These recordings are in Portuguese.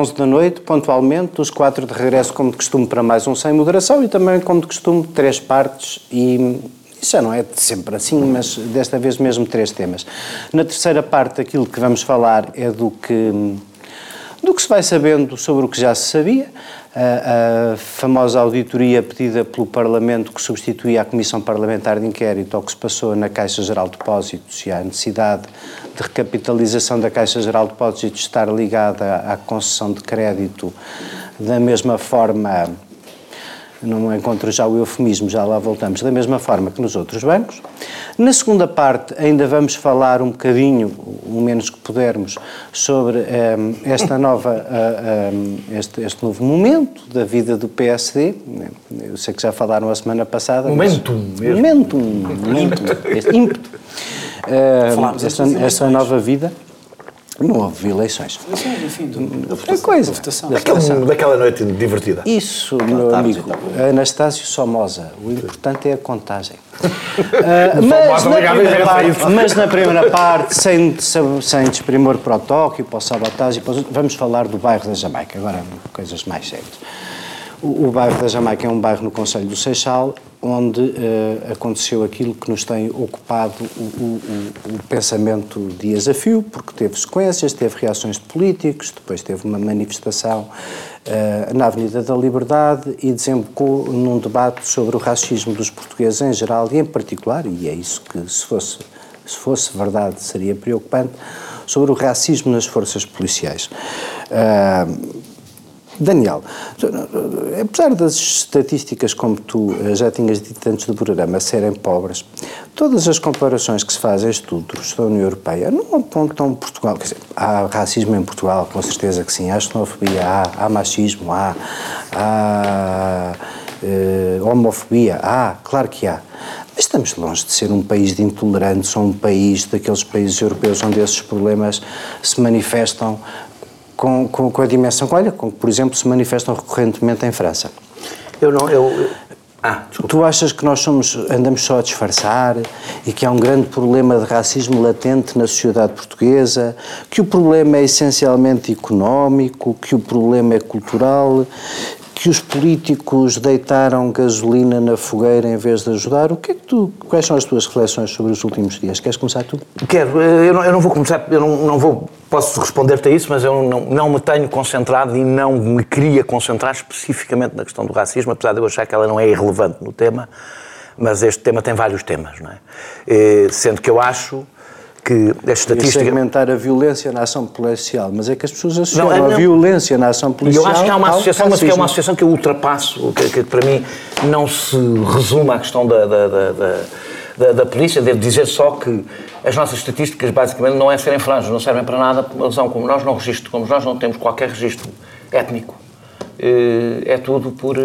11 da noite, pontualmente, os 4 de regresso, como de costume, para mais um Sem Moderação e também, como de costume, 3 partes e... Isso já não é sempre assim, mas desta vez mesmo 3 temas. Na terceira parte, aquilo que vamos falar é do que se vai sabendo sobre o que já se sabia. A famosa auditoria pedida pelo Parlamento que substituía a Comissão Parlamentar de Inquérito ao que se passou na Caixa Geral de Depósitos e à necessidade de recapitalização da Caixa Geral de Depósitos estar ligada à concessão de crédito da mesma forma... Não encontro já o eufemismo, já lá voltamos, da mesma forma que nos outros bancos. Na segunda parte ainda vamos falar um bocadinho, o menos que pudermos, sobre esta nova, este novo momento da vida do PSD. Eu sei que já falaram a semana passada. Momentum. Este ímpeto. Esta nova vida. Não houve eleições. Enfim, a coisa. Daquela noite divertida. Isso, meu amigo. Anastácio Somoza. O importante é a contagem. Mas na primeira parte, sem desprimor para o Tóquio, para o sabotagem, vamos falar do bairro da Jamaica. Agora, coisas mais sérias. O bairro da Jamaica é um bairro no Concelho do Seixal, onde aconteceu aquilo que nos tem ocupado o pensamento dias a fio, porque teve sequências, teve reações de políticos, depois teve uma manifestação na Avenida da Liberdade e desembocou num debate sobre o racismo dos portugueses em geral e em particular, e é isso que se fosse verdade seria preocupante, sobre o racismo nas forças policiais. Daniel, apesar das estatísticas, como tu já tinhas dito antes do programa, serem pobres, todas as comparações que se fazem, estudos da União Europeia, não apontam Portugal. Quer dizer, há racismo em Portugal, com certeza que sim, há xenofobia, há machismo, há homofobia, claro que há. Mas estamos longe de ser um país de intolerantes ou um país daqueles países europeus onde esses problemas se manifestam com a dimensão, olha, com que, por exemplo, se manifestam recorrentemente em França. Tu achas que nós andamos só a disfarçar e que há um grande problema de racismo latente na sociedade portuguesa, que o problema é essencialmente económico, que o problema é cultural, que os políticos deitaram gasolina na fogueira em vez de ajudar? Quais são as tuas reflexões sobre os últimos dias? Queres começar tu? Quero. Eu não vou começar, posso responder-te a isso, mas eu não me tenho concentrado e não me queria concentrar especificamente na questão do racismo, apesar de eu achar que ela não é irrelevante no tema, mas este tema tem vários temas, não é? Sendo que eu acho que a estatística... segmentar a violência na ação policial, mas é que as pessoas associam a violência na ação policial... Eu acho que há uma associação, mas que é uma associação que eu ultrapasso, que para mim não se resume à questão da polícia. Devo dizer só que as nossas estatísticas basicamente não é serem franjas, não servem para nada, por uma razão como nós não temos qualquer registro étnico. É tudo por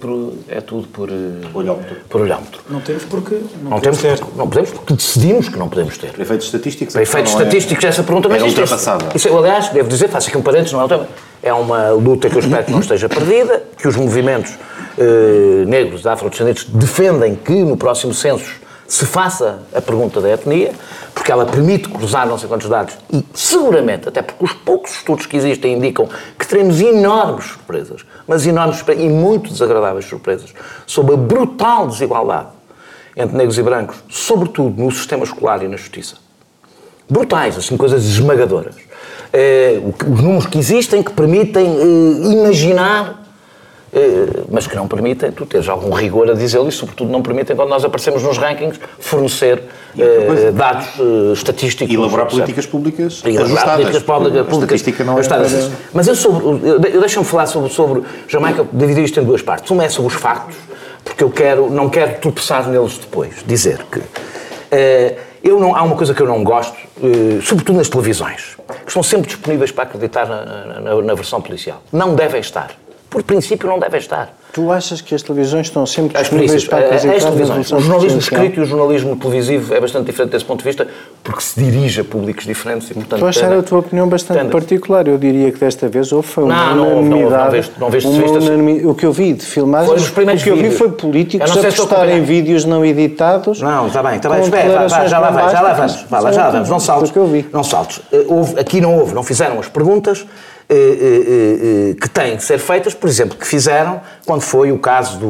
olhómetro. Não temos porque não podemos porque decidimos que não podemos ter. Para efeitos estatísticos. Para efeitos estatísticos, essa pergunta não existe. Isso, aliás, devo dizer, faço aqui um parênteses, não é um tema. É uma luta que eu espero que não esteja perdida, que os movimentos negros, afrodescendentes, defendem que no próximo censo se faça a pergunta da etnia, porque ela permite cruzar não sei quantos dados e, seguramente, até porque os poucos estudos que existem indicam que teremos enormes surpresas, mas enormes e muito desagradáveis surpresas, sobre a brutal desigualdade entre negros e brancos, sobretudo no sistema escolar e na justiça. Brutais, assim, coisas esmagadoras. Os números que existem que permitem imaginar, mas que não permitem, tu teres algum rigor a dizê-lo e, sobretudo, não permitem, quando nós aparecemos nos rankings, forner dados estatísticos. E elaborar políticas públicas ajustadas. Estatística não ajustadas. Mas deixa-me falar sobre Jamaica, dividir isto em duas partes. Uma é sobre os factos, porque não quero tropeçar neles depois. Dizer que há uma coisa que eu não gosto, sobretudo nas televisões, que estão sempre disponíveis para acreditar na versão policial. Não devem estar. Por princípio, não devem estar. Tu achas que as televisões estão sempre disponíveis para acreditar na versão o jornalismo escrito e o jornalismo televisivo é bastante diferente desse ponto de vista, porque se dirige a públicos diferentes e, portanto... Estou a achar a tua opinião bastante particular. Eu diria que desta vez houve uma unanimidade. Não viste o que eu vi de filmagens, o que eu vi foi políticos a postarem vídeos não editados. Não, está bem. Espera, já lá vamos. Não saltes. Aqui não fizeram as perguntas. que têm que ser feitas, por exemplo, que fizeram quando foi o caso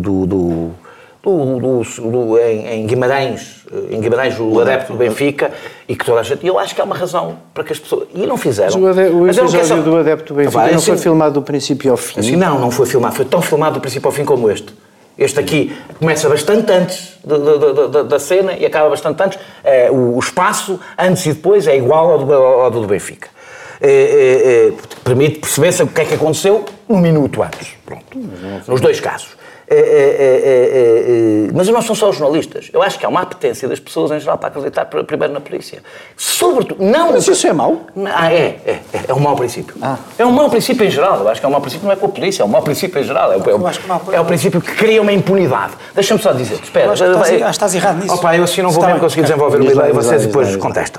em Guimarães, o adepto do Benfica, e que toda a gente... Eu acho que há uma razão para que as pessoas... E não fizeram. Mas o episódio do adepto do Benfica não foi filmado do princípio ao fim? Assim, não foi filmado. Foi tão filmado do princípio ao fim como este. Este aqui começa bastante antes da cena e acaba bastante antes. O espaço, antes e depois, é igual ao do Benfica. Permite perceber-se o que é que aconteceu um minuto antes. Pronto. Nos dois casos. Mas não são só os jornalistas. Eu acho que há uma apetência das pessoas em geral para acreditar primeiro na polícia. Sobretudo, não... Mas isso é mau? É um mau princípio. É um mau princípio em geral. Eu acho que é um mau princípio, não é com a polícia, é um mau princípio em geral. É o princípio que cria uma impunidade. Deixa-me só dizer, espera. Acho que estás errado nisso. Opa, eu assim não vou mesmo conseguir desenvolver uma ideia e vocês depois contestam.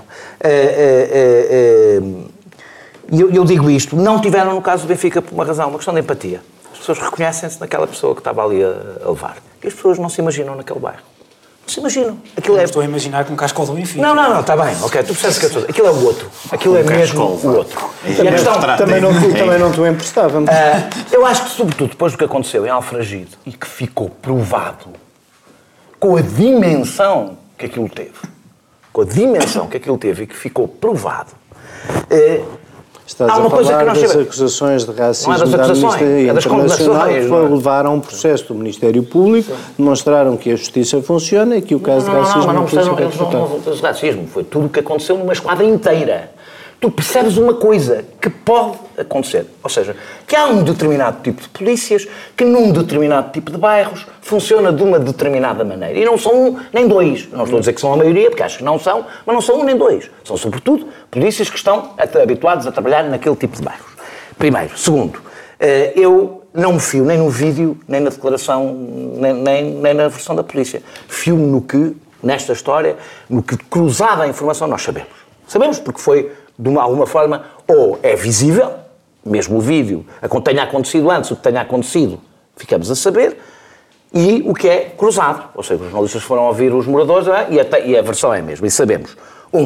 Eu digo isto, não tiveram no caso do Benfica por uma razão, uma questão de empatia. As pessoas reconhecem-se naquela pessoa que estava ali a levar. E as pessoas não se imaginam naquele bairro. Não se imaginam. Aquilo Estou a imaginar com um cascol do Benfica. Não, está bem. Ok, tu percebes que aquilo é o outro. Aquilo é mesmo o outro. E a questão... Também não te emprestávamos. Eu acho que, sobretudo, depois do que aconteceu em Alfragide e que ficou provado com a dimensão que aquilo teve, e que ficou provado... Estás a falar das acusações de racismo da Amnistia Internacional que levaram a um processo do Ministério Público, demonstraram que a justiça funciona e que o caso de racismo não foi racismo, foi tudo o que aconteceu numa esquadra inteira. Tu percebes uma coisa que pode acontecer, ou seja, que há um determinado tipo de polícias que num determinado tipo de bairros funciona de uma determinada maneira. E não são um nem dois. Não estou a dizer que são a maioria, porque acho que não são, mas não são um nem dois. São, sobretudo, polícias que estão habituados a trabalhar naquele tipo de bairros. Primeiro. Segundo, eu não me fio nem no vídeo, nem na declaração, nem na versão da polícia. Fio-me no que, nesta história, no que, cruzada a informação, nós sabemos. Sabemos porque foi... de alguma forma, ou é visível, mesmo o vídeo, tenha acontecido antes, o que tenha acontecido, ficamos a saber, e o que é cruzado. Ou seja, os jornalistas foram ouvir os moradores e a versão é a mesma. E sabemos,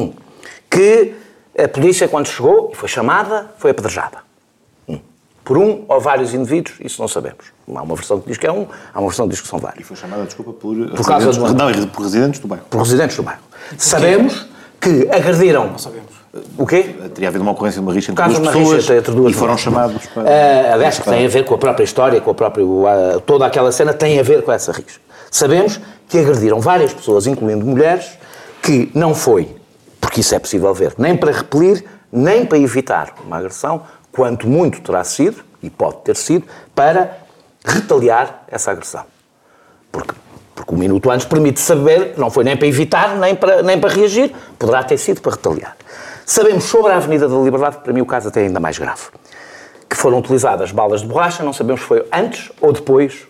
que a polícia, quando chegou e foi chamada, foi apedrejada. Por um ou vários indivíduos, isso não sabemos. Há uma versão que diz que é há uma versão que diz que são vários. E foi chamada, desculpa, por residentes do bairro. Por residentes do bairro. Sabemos que agrediram... Não sabemos. O quê? Teria havido uma ocorrência de uma rixa entre duas pessoas e foram chamados para... Aliás, que tem a ver com a própria história, com toda aquela cena tem a ver com essa rixa. Sabemos que agrediram várias pessoas, incluindo mulheres, que não foi, porque isso é possível ver, nem para repelir, nem para evitar uma agressão, quanto muito terá sido, e pode ter sido, para retaliar essa agressão. Porque um minuto antes permite saber que não foi nem para evitar, nem para reagir, poderá ter sido para retaliar. Sabemos sobre a Avenida da Liberdade, que para mim o caso até é ainda mais grave, que foram utilizadas balas de borracha, não sabemos se foi antes ou depois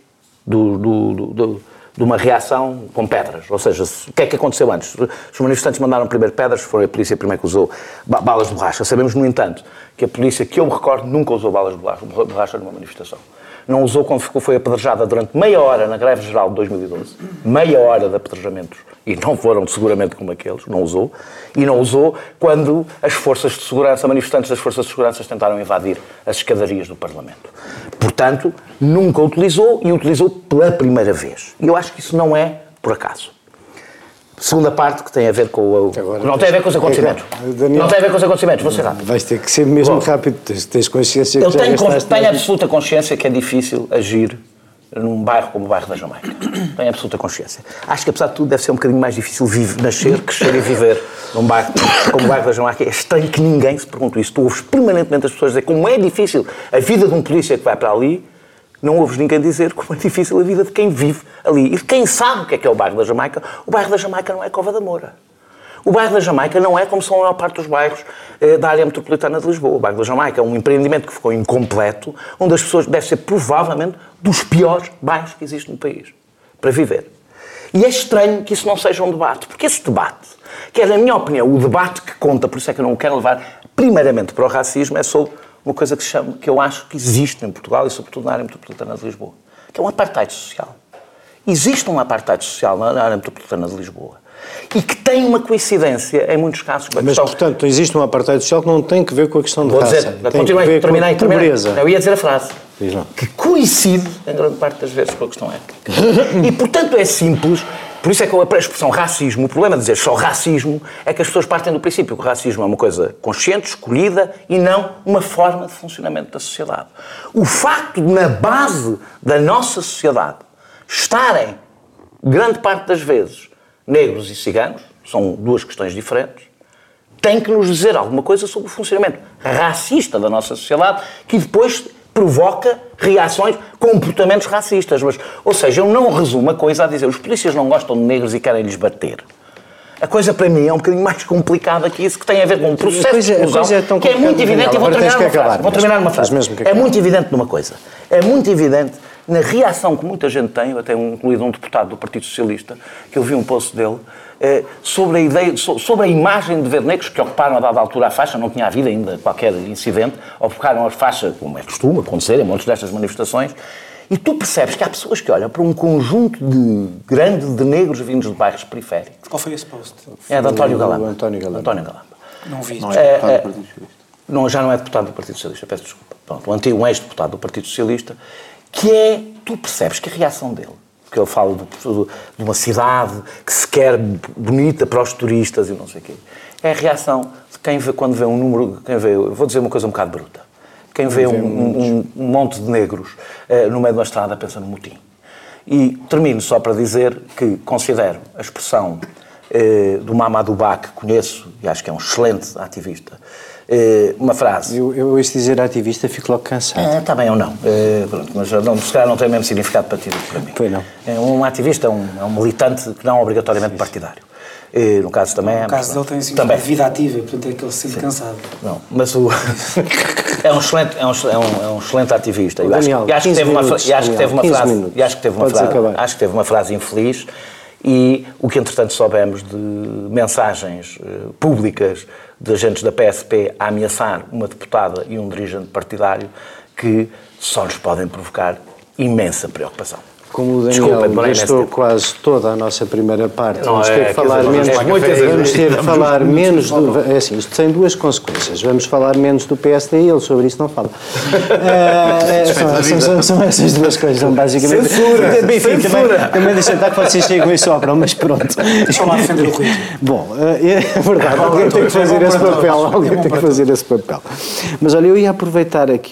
de uma reação com pedras. Ou seja, o que é que aconteceu antes? Os manifestantes mandaram primeiro pedras, foi a polícia primeiro que usou balas de borracha. Sabemos, no entanto, que a polícia, que eu me recordo, nunca usou balas de borracha numa manifestação. Não usou quando foi apedrejada durante meia hora na greve geral de 2012. Meia hora de apedrejamentos. E não foram seguramente como aqueles. Não usou. E não usou quando as forças de segurança, manifestantes das forças de segurança tentaram invadir as escadarias do Parlamento. Portanto, nunca utilizou e utilizou pela primeira vez. E eu acho que isso não é por acaso. Segunda parte que tem a ver com o... Não tem a ver com os acontecimentos. Daniel, não tem a ver com os acontecimentos, vou ser rápido. Vais ter que ser mesmo rápido, tens consciência que tenho absoluta consciência que é difícil agir num bairro como o bairro da Jamaica. Tenho absoluta consciência. Acho que, apesar de tudo, deve ser um bocadinho mais difícil nascer, crescer e viver num bairro como o bairro da Jamaica. É estranho que ninguém se pergunte isso. Tu ouves permanentemente as pessoas dizer como é difícil a vida de um polícia que vai para ali. Não ouves ninguém dizer como é difícil a vida de quem vive ali. E de quem sabe o que é o bairro da Jamaica. O bairro da Jamaica não é Cova da Moura. O bairro da Jamaica não é como são a maior parte dos bairros da área metropolitana de Lisboa. O bairro da Jamaica é um empreendimento que ficou incompleto, onde as pessoas deve ser provavelmente dos piores bairros que existe no país para viver. E é estranho que isso não seja um debate, porque esse debate, que é, na minha opinião, o debate que conta, por isso é que eu não o quero levar primeiramente para o racismo, é sobre uma coisa que eu acho que existe em Portugal e sobretudo na área metropolitana de Lisboa, que é um apartheid social. Existe um apartheid social na área metropolitana de Lisboa. e que tem uma coincidência, em muitos casos, com a questão... Mas, portanto, existe um apartheid social que não tem que ver com a questão de raça. Tem que ver com a pobreza. Eu ia dizer a frase. Que coincide, em grande parte das vezes, com a questão étnica. E, portanto, é simples. Por isso é que a expressão racismo, o problema de dizer só racismo, é que as pessoas partem do princípio que o racismo é uma coisa consciente, escolhida, e não uma forma de funcionamento da sociedade. O facto de, na base da nossa sociedade, estarem, grande parte das vezes, negros e ciganos, são duas questões diferentes, tem que nos dizer alguma coisa sobre o funcionamento racista da nossa sociedade, que depois provoca reações, comportamentos racistas. Mas, ou seja, eu não resumo a coisa a dizer os polícias não gostam de negros e querem-lhes bater. A coisa, para mim, é um bocadinho mais complicada que isso, que tem a ver com um processo de exclusão, que é muito evidente, e vou terminar numa frase. É muito evidente numa coisa. É muito evidente na reação que muita gente tem, até incluído um deputado do Partido Socialista, que eu vi um post dele, sobre a ideia, sobre a imagem de ver negros que ocuparam a dada altura a faixa, não tinha havido ainda qualquer incidente, ocuparam a faixa, como é costume acontecer em muitas destas manifestações, e tu percebes que há pessoas que olham para um conjunto grande de negros vindos de bairros periféricos. Qual foi esse post? É de António Galamba. António Galamba. Não vi. Não é deputado do Partido Socialista. Já não é deputado do Partido Socialista, peço desculpa. Pronto, um ex-deputado do Partido Socialista, que é, tu percebes que a reação dele, porque ele fala de uma cidade que se quer bonita para os turistas e não sei o quê, é a reação de quem vê, quando vê um número, vou dizer uma coisa um bocado bruta, quem vê um monte de negros no meio de uma estrada pensa no motim. E termino só para dizer que considero a expressão do Mamadou Ba, que conheço e acho que é um excelente ativista, uma frase. Eu ouço dizer ativista, fico logo cansado. Está bem ou não, pronto, mas se calhar não tem o mesmo significado para ti do que para mim. Pois não. Um ativista é um militante que não é obrigatoriamente partidário. No caso também é... No caso dele tem significado de vida ativa, portanto é que ele se sente cansado. Não, mas é um excelente ativista. Daniel, acho que teve uma frase infeliz. E o que, entretanto, soubemos de mensagens públicas de agentes da PSP a ameaçar uma deputada e um dirigente partidário que só nos podem provocar imensa preocupação. Como o Daniel gastou quase toda a nossa primeira parte, vamos ter que falar menos do... É assim, isto tem duas consequências. Vamos falar menos do PSD e ele sobre isso não fala. São essas duas coisas, são basicamente... Censura! Também deixa estar que vocês chegam e sopram, mas pronto. Deixa lá defender o Rui. Bom, é verdade, alguém tem que fazer esse papel. Alguém tem que fazer esse papel. Mas olha, eu ia aproveitar aqui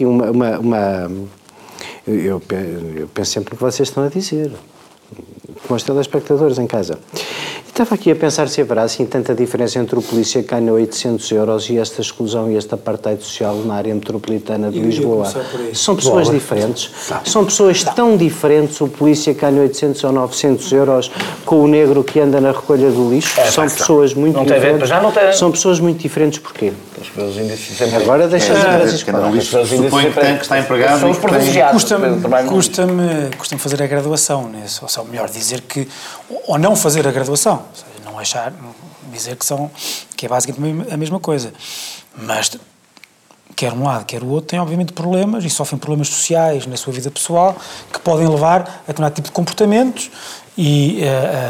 Eu penso sempre no que vocês estão a dizer, com os telespectadores em casa. E estava aqui a pensar se haverá assim tanta diferença entre o polícia que ganha 800 euros e esta exclusão e este apartheid social na área metropolitana de Lisboa. São pessoas diferentes. São pessoas tão diferentes, o polícia que ganha 800 ou 900 euros com o negro que anda na recolha do lixo. São pessoas muito diferentes. São pessoas muito diferentes porquê? Agora deixa-me supõe que está empregado. São os privilegiados. Custa-me fazer a graduação, né? Ou melhor, dizer que... Ou não fazer a graduação. Ou seja, dizer que é basicamente a mesma coisa. Mas quer um lado, quer o outro, têm obviamente problemas e sofrem problemas sociais na sua vida pessoal que podem levar a determinado tipo de comportamentos e,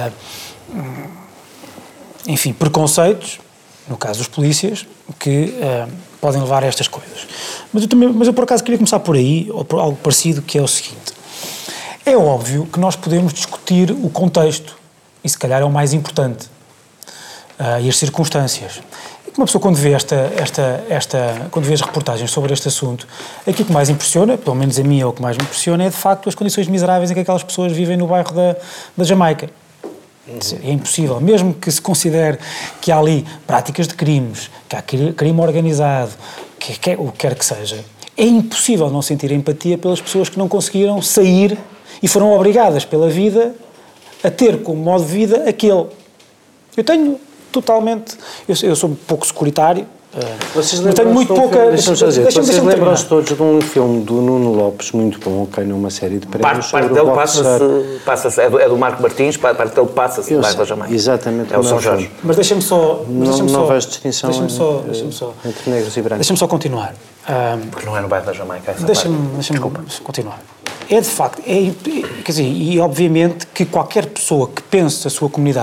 enfim, preconceitos, no caso dos polícias, que podem levar a estas coisas. Mas eu por acaso queria começar por aí, ou por algo parecido, que é o seguinte. É óbvio que nós podemos discutir o contexto, e se calhar é o mais importante, e as circunstâncias. Uma pessoa, quando vê quando vê as reportagens sobre este assunto, aquilo que mais impressiona, pelo menos a mim é o que mais me impressiona, é de facto as condições miseráveis em que aquelas pessoas vivem no bairro da Jamaica. É impossível, mesmo que se considere que há ali práticas de crimes, que há crime organizado, o que quer que seja, é impossível não sentir empatia pelas pessoas que não conseguiram sair e foram obrigadas pela vida a ter como modo de vida aquele. Eu tenho totalmente... Eu sou um pouco securitário, vocês tenho muito pouca... Vocês lembram-se todos de um filme do Nuno Lopes, muito bom, que ganhou uma série de prémios. Parte dele passa-se, é do Marco Martins, parte dele passa-se no bairro da Jamaica. Exatamente. É o São Jorge. Mas deixa-me só... Não vejo distinção entre negros e brancos. Deixa-me só continuar. Porque não é no bairro da Jamaica. Deixa-me continuar. É de facto, quer dizer, e obviamente que qualquer pessoa que pense a sua comunidade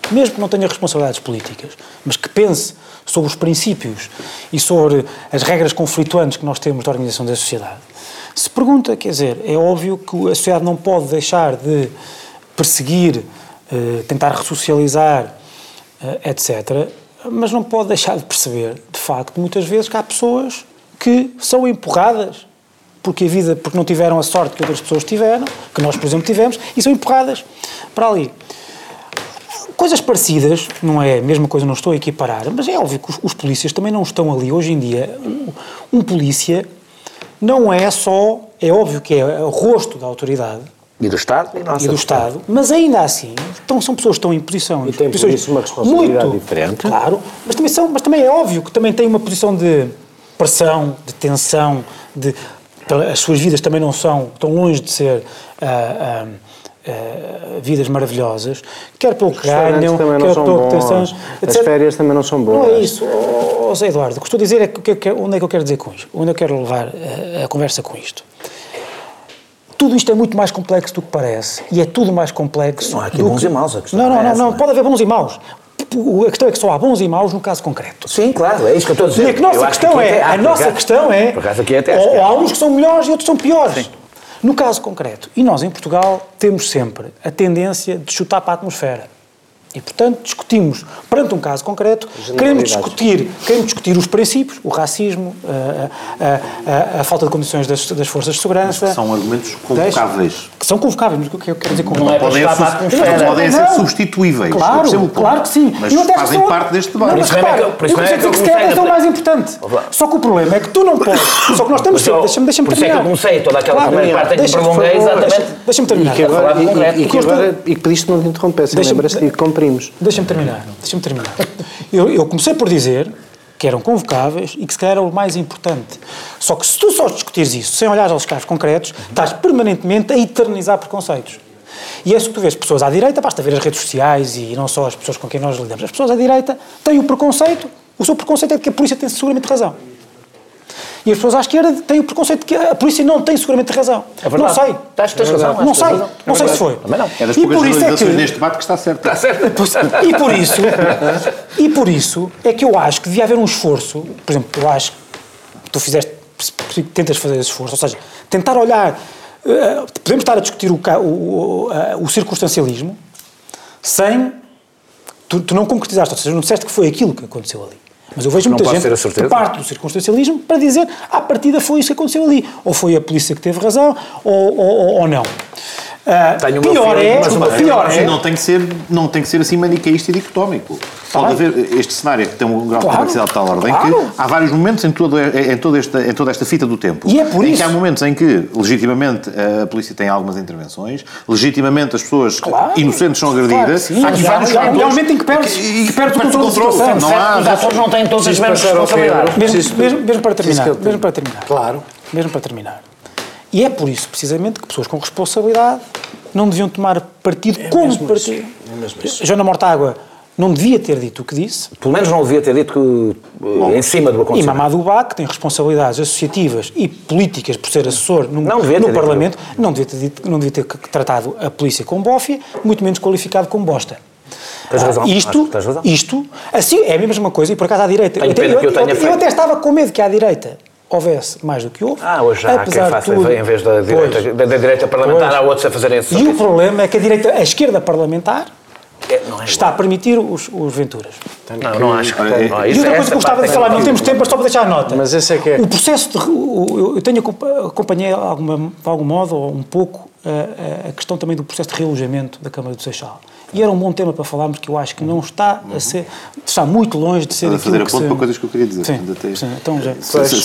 mesmo que não tenha responsabilidades políticas, mas que pense sobre os princípios e sobre as regras conflituantes que nós temos da organização da sociedade, se pergunta, quer dizer, é óbvio que a sociedade não pode deixar de perseguir, tentar ressocializar, etc., mas não pode deixar de perceber, de facto, muitas vezes que há pessoas que são empurradas porque não tiveram a sorte que outras pessoas tiveram, que nós, por exemplo, tivemos, e são empurradas para ali. Coisas parecidas, não é a mesma coisa, não estou a equiparar, mas é óbvio que os polícias também não estão ali. Hoje em dia, um polícia não é só, é óbvio que é o rosto da autoridade, e do Estado, mas ainda assim são pessoas que estão em posição. E têm por isso uma responsabilidade muito diferente. Claro, mas também é óbvio que também têm uma posição de pressão, de tensão, as suas vidas também não são, estão longe de ser vidas maravilhosas, quer pelo que ganham, quer pelo que têm. As férias também não são boas. Não é isso, Zé Eduardo. O que estou a dizer é onde é que eu quero dizer com isto? Onde eu quero levar a conversa com isto? Tudo isto é muito mais complexo do que parece, e é tudo mais complexo. Não há aqui bons e maus, a questão não, pode haver bons e maus. A questão é que só há bons e maus no caso concreto. Sim, claro, é isso que eu estou a dizer. E a nossa questão é, por acaso aqui é ou há uns que são melhores e outros são piores. Sim. No caso concreto. E nós, em Portugal, temos sempre a tendência de chutar para a atmosfera. E, portanto, discutimos, perante um caso concreto, queremos discutir os princípios, o racismo, a falta de condições das forças de segurança. Mas são argumentos convocáveis. Que são convocáveis, mas o que eu quero dizer com não podem ser substituíveis. Claro que sim. Mas fazem parte deste debate. Por isso é que é o mais importante. Só que o problema é que tu não podes. Só que nós temos sempre, deixa-me terminar. Por isso é que eu comecei toda aquela primeira parte em que prolonguei, exatamente. Deixa-me terminar. E que pediste não te interrompesse, lembra-se que cumprimos. Deixa-me terminar. Eu comecei por dizer que eram convocáveis e que se calhar era o mais importante. Só que se tu só discutires isso sem olhar aos casos concretos, estás permanentemente a eternizar preconceitos. E é isso que tu vês. Pessoas à direita, basta ver as redes sociais e não só as pessoas com quem nós lidamos. As pessoas à direita têm o preconceito, o seu preconceito é de que a polícia tem seguramente razão. E as pessoas à esquerda têm o preconceito de que a polícia não tem seguramente razão. É verdade. Não sei. Tens razão. Não sei se foi. Também não. É das poucas generalizações neste debate que está certo. Está certo. E por isso é que eu acho que devia haver um esforço. Por exemplo, eu acho que tu tentas fazer esse esforço, ou seja, tentar olhar. Podemos estar a discutir o circunstancialismo sem. Tu não concretizaste, ou seja, não disseste que foi aquilo que aconteceu ali. Mas eu vejo muita gente que parte do circunstancialismo para dizer à partida foi isso que aconteceu ali. Ou foi a polícia que teve razão, ou não. Pior é... Não tem que ser assim maniqueísta e dicotómico. Pode haver este cenário que tem um grau de complexidade de tal ordem que há vários momentos em toda esta fita do tempo. E é por isso. Que há momentos em que, legitimamente, a polícia tem algumas intervenções, legitimamente as pessoas inocentes são agredidas. Há aqui vários fatores. Há um momento em que perde o controle da situação. Os atores não têm todas as mesmas responsabilidades. Mesmo para terminar. Claro. Mesmo para terminar. E é por isso, precisamente, que pessoas com responsabilidade não deviam tomar partido como partido. Joana Mortágua não devia ter dito o que disse. Pelo menos não devia ter dito que, em cima do acontecimento. E Mamadou Ba, que tem responsabilidades associativas e políticas por ser assessor no Parlamento, não devia ter tratado a polícia como bófia, muito menos qualificado como bosta. Tens razão. Isto, assim, é a mesma coisa, e por acaso à direita. Eu até estava com medo que à direita houvesse mais do que houve. Hoje já há quem faça, em vez da direita parlamentar, há outros a fazerem isso. E o problema é que a esquerda parlamentar está a permitir os Venturas. Não acho que... E outra coisa que eu gostava de falar, não temos tempo, mas só para deixar a nota. Mas esse é que é... O processo eu acompanhei de algum modo, ou um pouco, a questão também do processo de realojamento da Câmara do Seixal. E era um bom tema para falarmos, que eu acho que não está a ser... Está muito longe de ser aquilo que... fazer a ponto para coisas que eu queria dizer. Sim, então já...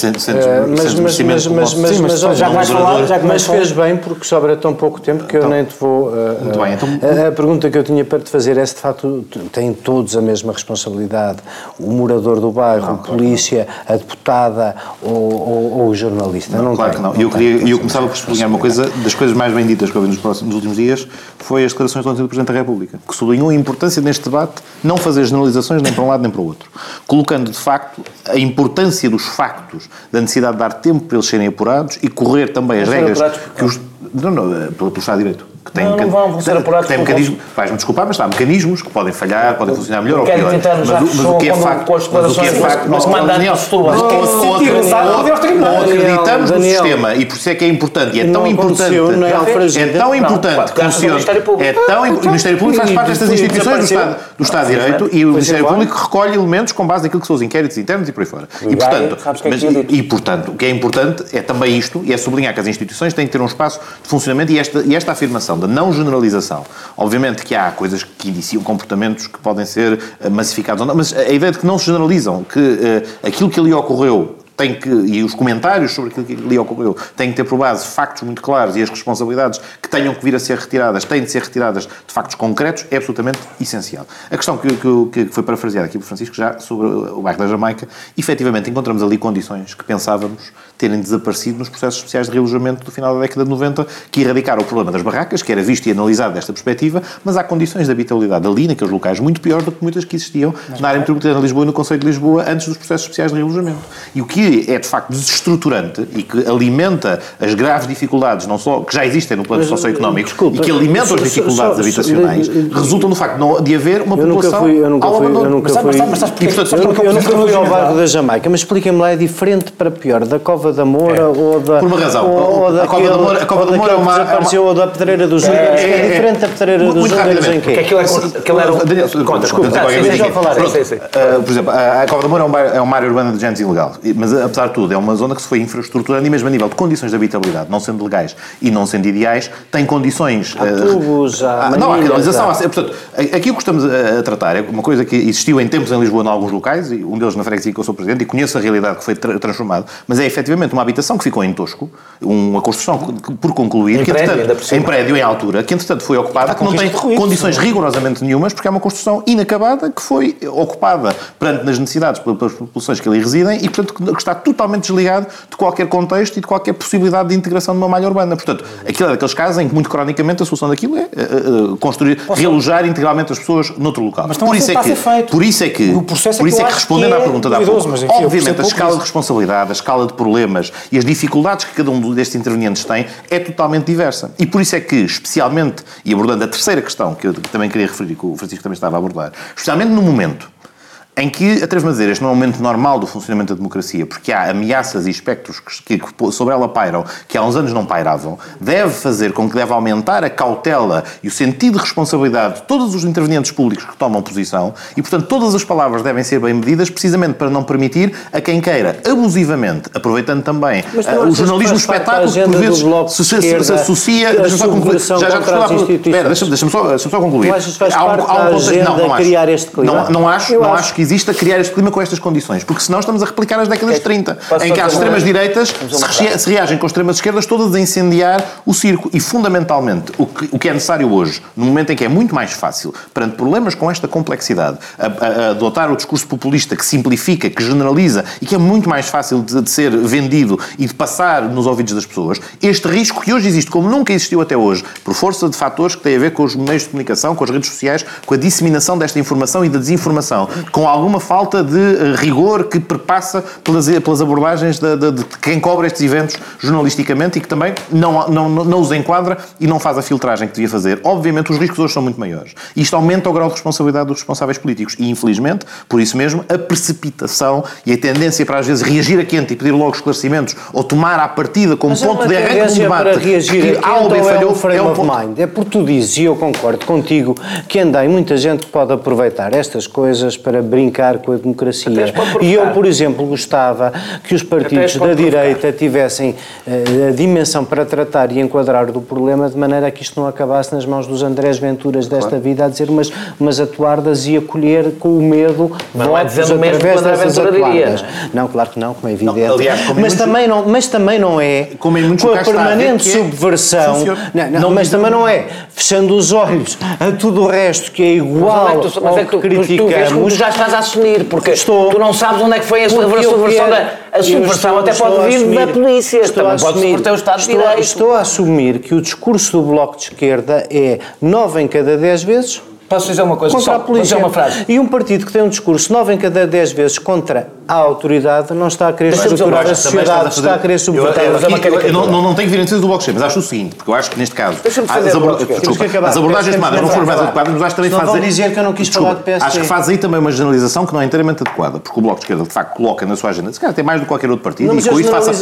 Mas fez bem, porque sobra tão pouco tempo que eu nem te vou... Muito bem, então... A pergunta que eu tinha para te fazer é se de facto têm todos a mesma responsabilidade, o morador do bairro, a polícia, a deputada ou o jornalista. Não, claro que não. E eu começava por sublinhar uma coisa, das coisas mais bem ditas que eu vi nos últimos dias, foi as declarações do Presidente da República, que sublinhou a importância neste debate não fazer generalizações nem para um lado nem para o outro, colocando de facto a importância dos factos, da necessidade de dar tempo para eles serem apurados e correr também as regras que os... pelo Estado de Direito, que têm mecanismos. Vais-me desculpar, mas há mecanismos que podem falhar, podem funcionar melhor ou pior. Mas o que é facto, acreditamos no sistema e por isso é que é importante e é tão importante que o Ministério Público faz parte destas instituições do Estado de Direito e o Ministério Público recolhe elementos com base naquilo que são os inquéritos internos e por aí fora. E portanto, o que é importante é também isto, e é sublinhar que as instituições têm que ter um espaço de funcionamento e esta afirmação da não generalização. Obviamente que há coisas que indiciam comportamentos que podem ser massificados ou não, mas a ideia de que não se generalizam, que aquilo que ali ocorreu e os comentários sobre aquilo que ali ocorreu têm que ter por base factos muito claros e as responsabilidades que tenham que vir a ser retiradas têm de ser retiradas de factos concretos, é absolutamente essencial. A questão que foi parafraseada aqui por Francisco já sobre o bairro da Jamaica, efetivamente encontramos ali condições que pensávamos terem desaparecido nos processos especiais de realojamento do final da década de 90, que erradicaram o problema das barracas, que era visto e analisado desta perspectiva, mas há condições de habitabilidade ali, naqueles locais, muito piores do que muitas que existiam na área metropolitana de Lisboa e no Concelho de Lisboa antes dos processos especiais de realojamento. E o que é de facto desestruturante e que alimenta as graves dificuldades, não só que já existem no plano socioeconómico e que alimentam as dificuldades habitacionais, resultam do facto de haver uma população ao abandono. Eu nunca fui ao bairro da Jamaica, mas expliquem-me lá, é diferente para pior da Cova da Moura ou da... Por uma razão. A Cova da Moura desapareceu ou da Pedreira dos Húngaros, é diferente da Pedreira dos Húngaros em quê? Aquilo era... Por exemplo, a Cova da Moura é uma área urbana de gente ilegal, mas apesar de tudo, é uma zona que se foi infraestruturando e mesmo a nível de condições de habitabilidade, não sendo legais e não sendo ideais, tem condições... Há tubos, há... Não, há canalização. Portanto, aqui o que estamos a tratar é uma coisa que existiu em tempos em Lisboa em alguns locais, e um deles na freguesia que eu sou presidente, e conheço a realidade que foi transformado, mas é efetivamente uma habitação que ficou em tosco, uma construção por concluir, em prédio, em altura, que entretanto foi ocupada, que não tem condições rigorosamente nenhumas, porque é uma construção inacabada que foi ocupada perante nas necessidades pelas populações que ali residem e, portanto, que está totalmente desligado de qualquer contexto e de qualquer possibilidade de integração de uma malha urbana. Portanto, aquilo é daqueles casos em que, muito cronicamente, a solução daquilo é construir, realojar integralmente as pessoas noutro local. Mas por isso é que respondendo à pergunta da pouco, obviamente a escala de responsabilidade, a escala de problemas e as dificuldades que cada um destes intervenientes tem é totalmente diversa. E por isso é que, especialmente, e abordando a terceira questão que eu também queria referir, que o Francisco também estava a abordar, especialmente no momento em que, atrevo-me a dizer, este não é um momento normal do funcionamento da democracia, porque há ameaças e espectros que sobre ela pairam, que há uns anos não pairavam, deve fazer com que deve aumentar a cautela e o sentido de responsabilidade de todos os intervenientes públicos que tomam posição e, portanto, todas as palavras devem ser bem medidas, precisamente para não permitir a quem queira, abusivamente, aproveitando também o jornalismo espetáculo, que por vezes se associa... Deixa-me só concluir. Tu achas que faz parte da agenda criar este clima? Não acho que exista criar este clima com estas condições, porque senão estamos a replicar as décadas de 30, em que as extremas-direitas se reagem com as extremas-esquerdas todas a incendiar o circo. E, fundamentalmente, o que é necessário hoje, no momento em que é muito mais fácil, perante problemas com esta complexidade, adotar o discurso populista que simplifica, que generaliza e que é muito mais fácil de ser vendido e de passar nos ouvidos das pessoas, este risco que hoje existe, como nunca existiu até hoje, por força de fatores que têm a ver com os meios de comunicação, com as redes sociais, com a disseminação desta informação e da desinformação, com alguma falta de rigor que perpassa pelas abordagens de quem cobre estes eventos jornalisticamente e que também não os enquadra e não faz a filtragem que devia fazer. Obviamente, os riscos hoje são muito maiores. E isto aumenta o grau de responsabilidade dos responsáveis políticos. E, infelizmente, por isso mesmo, a precipitação e a tendência para, às vezes, reagir a quente e pedir logo esclarecimimentos ou tomar à partida como ponto de arranque do debate para reagir a quente ou frame of mind? É porque tu dizes, e eu concordo contigo, que ainda há muita gente que pode aproveitar estas coisas para brincar com a democracia. E eu, por exemplo, gostava que os partidos da direita tivessem a dimensão para tratar e enquadrar do problema de maneira a que isto não acabasse nas mãos dos Andrés Venturas desta vida a dizer umas atuardas e acolher com o medo votos através dessas atuardas. Não, claro que não, como é evidente. Não, aliás, mas também não é com a permanente subversão. Mas também não é fechando os olhos a tudo o resto que é igual ao que criticamos. Já estás a assumir, porque tu não sabes onde é que foi a subversão da... A subversão até pode vir da polícia, também pode subverter o Estado de Direito. Estou a assumir que o discurso do Bloco de Esquerda é 9 em cada 10 vezes Posso dizer uma coisa? Contra a polícia. Uma frase. E um partido que tem um discurso 9 em cada 10 vezes contra a autoridade não está a querer estruturar a sociedade, está a querer subverter. Eu não tenho que vir em defesa do Bloco de Esquerda, mas acho o seguinte, porque eu acho que neste caso as abordagens tomadas não foram mais adequadas, mas acho que também fazem... Não vão dizer que eu não quis falar de PSD. Acho que faz aí também uma generalização que não é inteiramente adequada, porque o Bloco de Esquerda de facto coloca na sua agenda, se calhar tem mais do que qualquer outro partido, não, e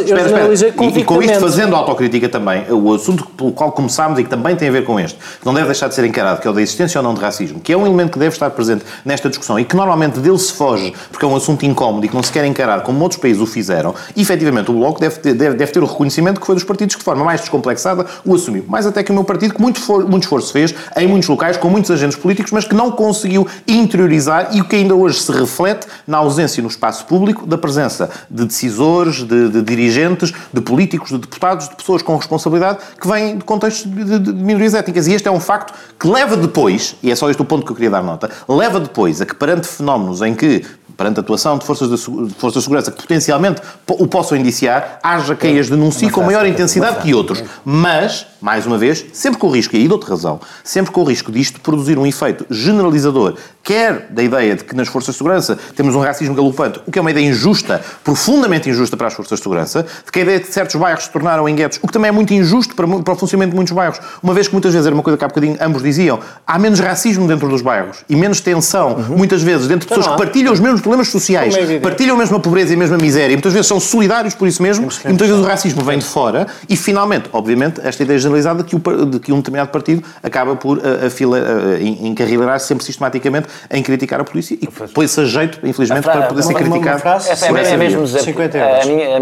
com isto fazendo autocrítica também, o assunto pelo qual começámos e que também tem a ver com este, que não deve deixar de ser encarado, que é o da existência ou não de racismo, que é um elemento que deve estar presente nesta discussão e que normalmente dele se foge, porque é um assunto incómodo e que não se quer encarar como outros países o fizeram, e efetivamente o Bloco deve ter o reconhecimento que foi dos partidos que de forma mais descomplexada o assumiu. Mais até que o meu partido, que muito esforço fez em muitos locais, com muitos agentes políticos, mas que não conseguiu interiorizar e o que ainda hoje se reflete na ausência no espaço público da presença de decisores, de dirigentes, de políticos, de deputados, de pessoas com responsabilidade que vêm de contextos de minorias étnicas. E este é um facto que leva depois, e é só este o ponto que eu queria dar nota, leva depois a que perante fenómenos em que, perante a atuação de forças de segurança que potencialmente o possam indiciar, haja quem as denuncie com maior intensidade que outros. Mas, mais uma vez, sempre com o risco, e aí dou-te razão, sempre com o risco disto produzir um efeito generalizador, quer da ideia de que nas forças de segurança temos um racismo galopante, o que é uma ideia injusta, profundamente injusta para as forças de segurança, de que a ideia de que certos bairros se tornaram em guetos, o que também é muito injusto para o funcionamento de muitos bairros, uma vez que muitas vezes era uma coisa que há bocadinho ambos diziam, há menos racismo dentro dos bairros e menos tensão, muitas vezes, dentro de pessoas que partilham os mesmos problemas sociais, partilham a mesma pobreza e a mesma miséria, e muitas vezes são solidários por isso mesmo, e muitas vezes o racismo vem de fora, e finalmente, obviamente, esta ideia generalizada de que um determinado partido acaba por encarrilar-se sempre sistematicamente em criticar a polícia e põe-se a jeito, infelizmente, para poder ser criticado. É mesmo dizer, a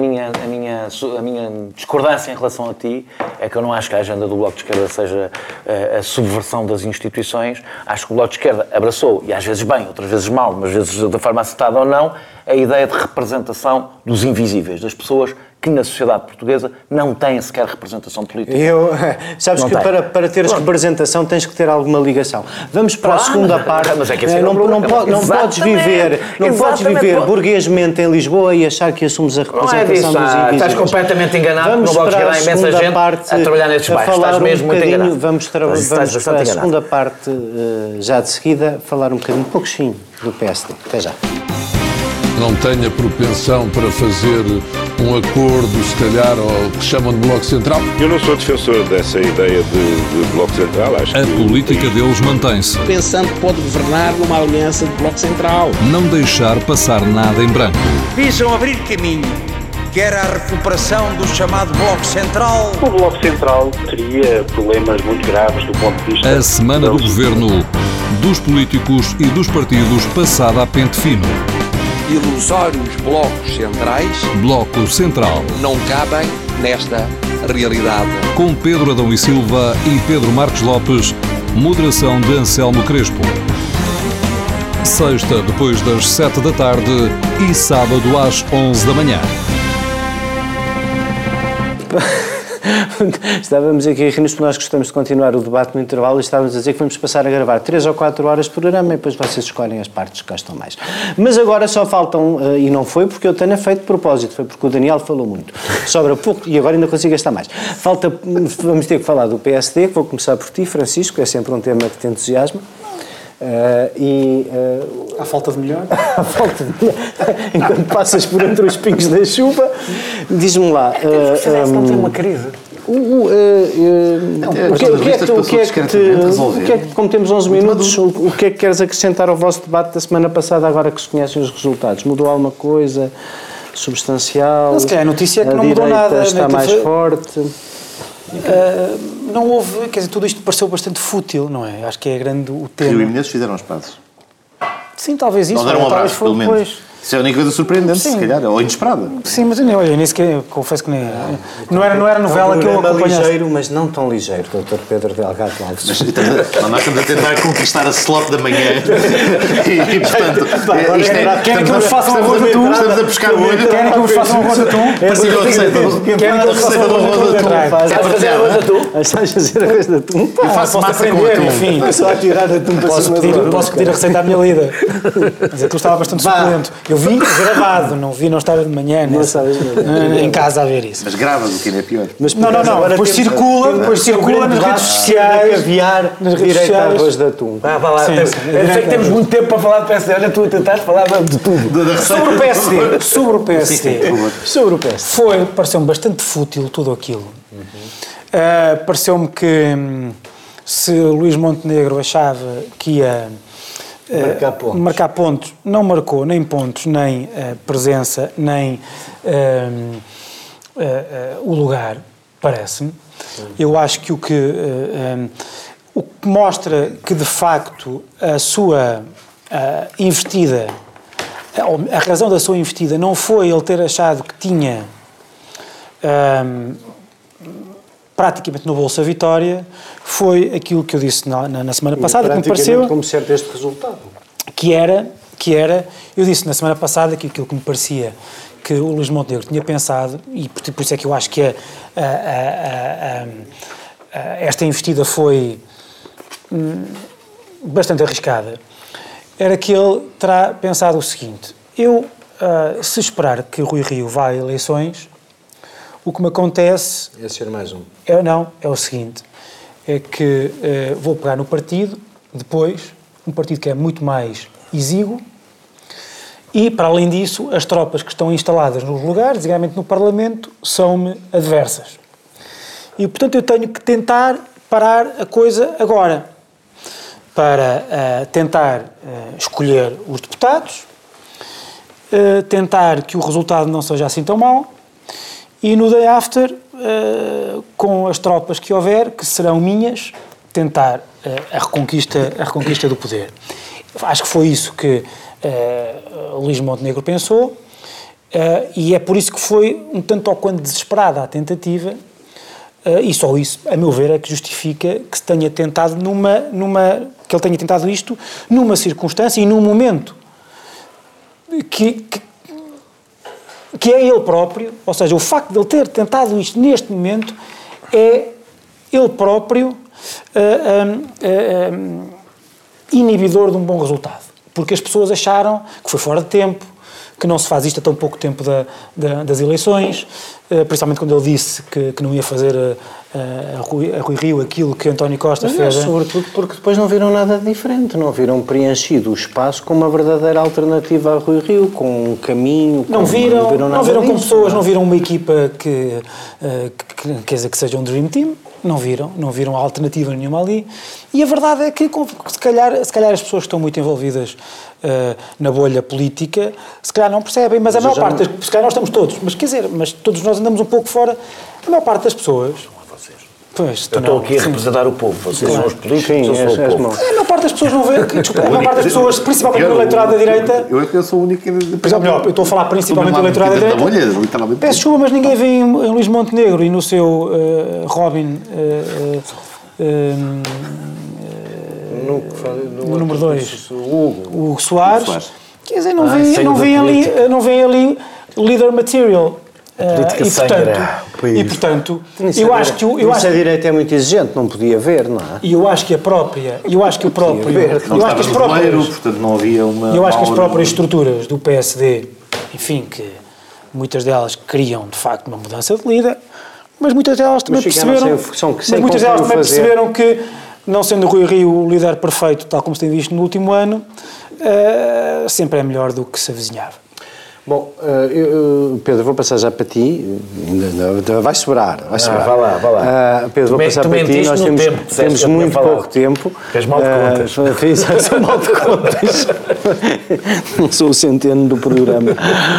minha discordância em relação a ti é que eu não acho que a agenda do Bloco de Esquerda seja a subversão das instituições. Acho que o Bloco de Esquerda abraçou, e às vezes bem, outras vezes mal, mas às vezes da forma acertada ou não, a ideia de representação dos invisíveis, das pessoas que na sociedade portuguesa não têm sequer representação política. Sabes não que para teres representação tens que ter alguma ligação. Vamos para a segunda parte. Mas é que não podes viver burguesmente em Lisboa e achar que assumes a representação dos invisíveis. Estás completamente enganado. Vamos no Bloco de Esquerda há imensa gente a trabalhar nestes bairros. Estás mesmo muito enganado. Vamos para a segunda parte, já de seguida, falar um bocadinho, pouquinho do PSD. Até já. Não tenho a propensão para fazer um acordo, se calhar, ao que chamam de Bloco Central. Eu não sou defensor dessa ideia de Bloco Central. Acho a política deles mantém-se. Pensando que pode governar numa aliança de Bloco Central. Não deixar passar nada em branco. Visam abrir caminho, que era a recuperação do chamado Bloco Central. O Bloco Central teria problemas muito graves do ponto de vista... A semana do governo, dos políticos e dos partidos passada a pente fino. Ilusórios blocos centrais. Bloco Central. Não cabem nesta realidade. Com Pedro Adão e Silva e Pedro Marcos Lopes, moderação de Anselmo Crespo. Sexta, depois das 7 da tarde e sábado às 11 da manhã. Estávamos aqui a rir-nos porque nós gostamos de continuar o debate no intervalo e estávamos a dizer que vamos passar a gravar 3 ou 4 horas de programa e depois vocês escolhem as partes que gostam mais. Mas agora só faltam, e não foi porque eu tenha feito de propósito, foi porque o Daniel falou muito. Sobra pouco e agora ainda consigo gastar mais. Vamos ter que falar do PSD, que vou começar por ti, Francisco, é sempre um tema que te entusiasma. À falta de melhor. À falta de melhor. Enquanto passas por entre os pingos da chuva, diz-me lá. Não tem uma crise. Como temos 11 minutos, o que é que queres acrescentar ao vosso debate da semana passada, agora que se conhecem os resultados? Mudou alguma coisa substancial? Não, se calhar a notícia é que não mudou nada. Está mais forte. Não houve, quer dizer, tudo isto pareceu bastante fútil, não é? Acho que é grande o tema. Rio e Menezes fizeram os passos. Sim, talvez isso. Não deram um abraço, pelo menos. Isso é a única coisa surpreendente, se calhar, ou inesperada. Sim, mas eu nem sequer, confesso que nem... Não era novela que eu acompanhasse. Ligeiro, mas não tão ligeiro, Dr. Pedro Delgado Alves. Nós estamos a tentar conquistar a slot da manhã e portanto... Querem que vos façam um arroz de atum? Estamos a pescar o olho. Querem que vos façam um arroz de atum? Parecida a receita do arroz de atum. Sabes fazer arroz de atum? Sabes fazer arroz de atum? Eu faço massa com atum. Enfim, só a tirar atum para cima. Posso pedir a receita à minha lida. Mas aquilo estava bastante suculento. Eu vi gravado, não estava de manhã em casa a ver isso. Mas gravas, o que ainda é pior. Não, depois circula nas redes sociais. Caviar direito a arroz de atum. Vá lá. Eu sei que temos muito tempo para falar do PSD. Olha, tu a tentar falar de tudo. Sobre o PSD. Pareceu-me bastante fútil tudo aquilo. Pareceu-me que se Luís Montenegro achava que ia marcar pontos, não marcou nem pontos, nem presença, nem o lugar, parece-me. Eu acho que o que mostra que, de facto, a sua investida, a razão da sua investida não foi ele ter achado que tinha praticamente no bolso a vitória, foi aquilo que eu disse na semana passada, que me pareceu... como certo este resultado. Que era, eu disse na semana passada que aquilo que me parecia que o Luís Montenegro tinha pensado, e por isso é que eu acho que esta investida foi bastante arriscada, era que ele terá pensado o seguinte: se esperar que Rui Rio vá a eleições, o que me acontece... É ser mais um. É o seguinte, é que vou pegar no partido, depois, um partido que é muito mais exíguo, e, para além disso, as tropas que estão instaladas nos lugares, designadamente no Parlamento, são-me adversas. E, portanto, eu tenho que tentar parar a coisa agora, para tentar escolher os deputados, tentar que o resultado não seja assim tão mau, e no day after, com as tropas que houver, que serão minhas, tentar a reconquista do poder. Acho que foi isso que Luís Montenegro pensou, e é por isso que foi um tanto ou quanto desesperada a tentativa, e só isso, a meu ver, é que justifica que se tenha tentado que ele tenha tentado isto numa circunstância e num momento que é ele próprio, ou seja, o facto de ele ter tentado isto neste momento é ele próprio inibidor de um bom resultado. Porque as pessoas acharam que foi fora de tempo, que não se faz isto a tão pouco tempo das eleições, principalmente quando ele disse que não ia fazer a Rui Rio aquilo que António Costa fez. Sobretudo porque depois não viram nada diferente, não viram preenchido o espaço com uma verdadeira alternativa a Rui Rio, com um caminho... Não viram com pessoas, não viram uma equipa que quer dizer que seja um Dream Team, não viram alternativa nenhuma ali, e a verdade é que se calhar as pessoas que estão muito envolvidas na bolha política, se calhar não percebem, mas a maior parte, se calhar nós estamos todos, mas todos nós andamos um pouco fora, a maior parte das pessoas... Pois, eu estou aqui a representar o povo, vocês são os políticos, eu sou o povo. A maior parte das pessoas não vê, desculpa, a maior parte das pessoas, principalmente no eleitorado da direita... Eu sou o único que... Eu estou a falar principalmente do eleitorado da direita. Peço desculpa, mas ninguém vê em Luís Montenegro e no seu Robin... no número 2, o Hugo Soares. Quer dizer, não vem ali leader material. E portanto, eu acho que a direita é muito exigente, não podia ver, não é? E eu acho que as próprias estruturas do PSD, enfim, que muitas delas queriam de facto uma mudança de líder, mas muitas delas também perceberam que, não sendo Rui Rio o líder perfeito, tal como se tem visto no último ano, sempre é melhor do que se avizinhava. Bom, Pedro, vou passar já para ti. Vai sobrar. Vá lá. Pedro, vou passar para ti. Nós temos muito pouco tempo. Tens mal de contas. Sou mal de contas. Não sou o centeno do programa.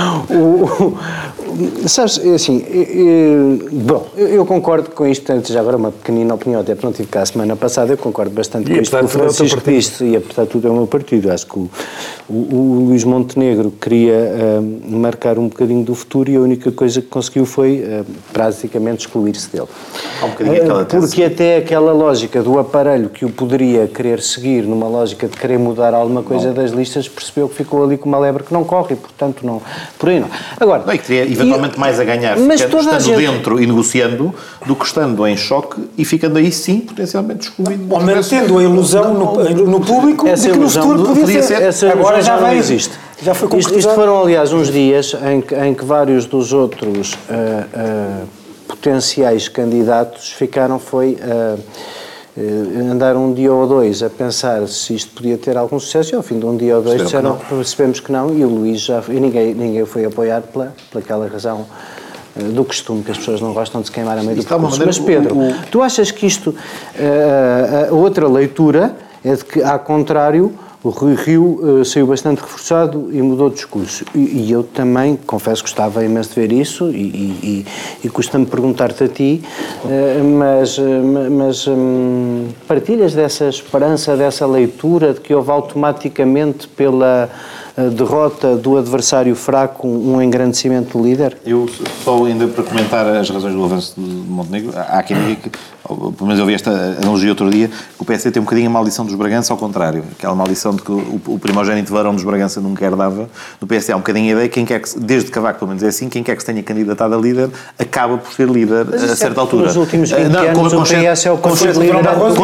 Sabes, assim, bom, eu concordo com isto, portanto, já agora uma pequenina opinião, até porque não tive cá a semana passada, eu concordo bastante com isto que o Francisco disse, e apesar de tudo é o meu partido. Acho que o Luís Montenegro queria marcar um bocadinho do futuro e a única coisa que conseguiu foi praticamente excluir-se dele. Porque até aquela lógica do aparelho que o poderia querer seguir, numa lógica de querer mudar alguma coisa das listas, percebeu que ficou ali com uma lebre que não corre e, portanto, não, por aí não. Agora, não, e que teria eventualmente mais a ganhar estando dentro e negociando do que estando em choque e ficando aí sim potencialmente excluído. Ou mantendo a ilusão no público de que no futuro podia ser. Agora já não existe. Já foi concretizado. Isto foram, aliás, uns dias em que vários dos outros potenciais candidatos andaram um dia ou dois a pensar se isto podia ter algum sucesso e ao fim de um dia ou dois percebemos que não, e o Luís ninguém o foi apoiar pelaquela razão do costume, que as pessoas não gostam de se queimar a meio do percurso. Mas Pedro, tu achas que isto, a outra leitura é de que, ao contrário, o Rui Rio saiu bastante reforçado e mudou de discurso. E eu também, confesso que gostava imenso de ver isso e custa-me perguntar-te a ti, mas partilhas dessa esperança, dessa leitura de que houve automaticamente pela derrota do adversário fraco um engrandecimento do líder? Eu só ainda para comentar as razões do avanço de Montenegro, há quem diga que, pelo menos eu vi esta analogia outro dia, que o PSD tem um bocadinho a maldição dos Bragança ao contrário, aquela maldição de que o primogénito varão dos Bragança nunca herdava. No PSD há um bocadinho a ideia, quem quer que, desde Cavaco pelo menos é assim, quem quer que se tenha candidatado a líder acaba por ser líder a certa altura. Nos últimos 20 anos o PS é o que foi líder.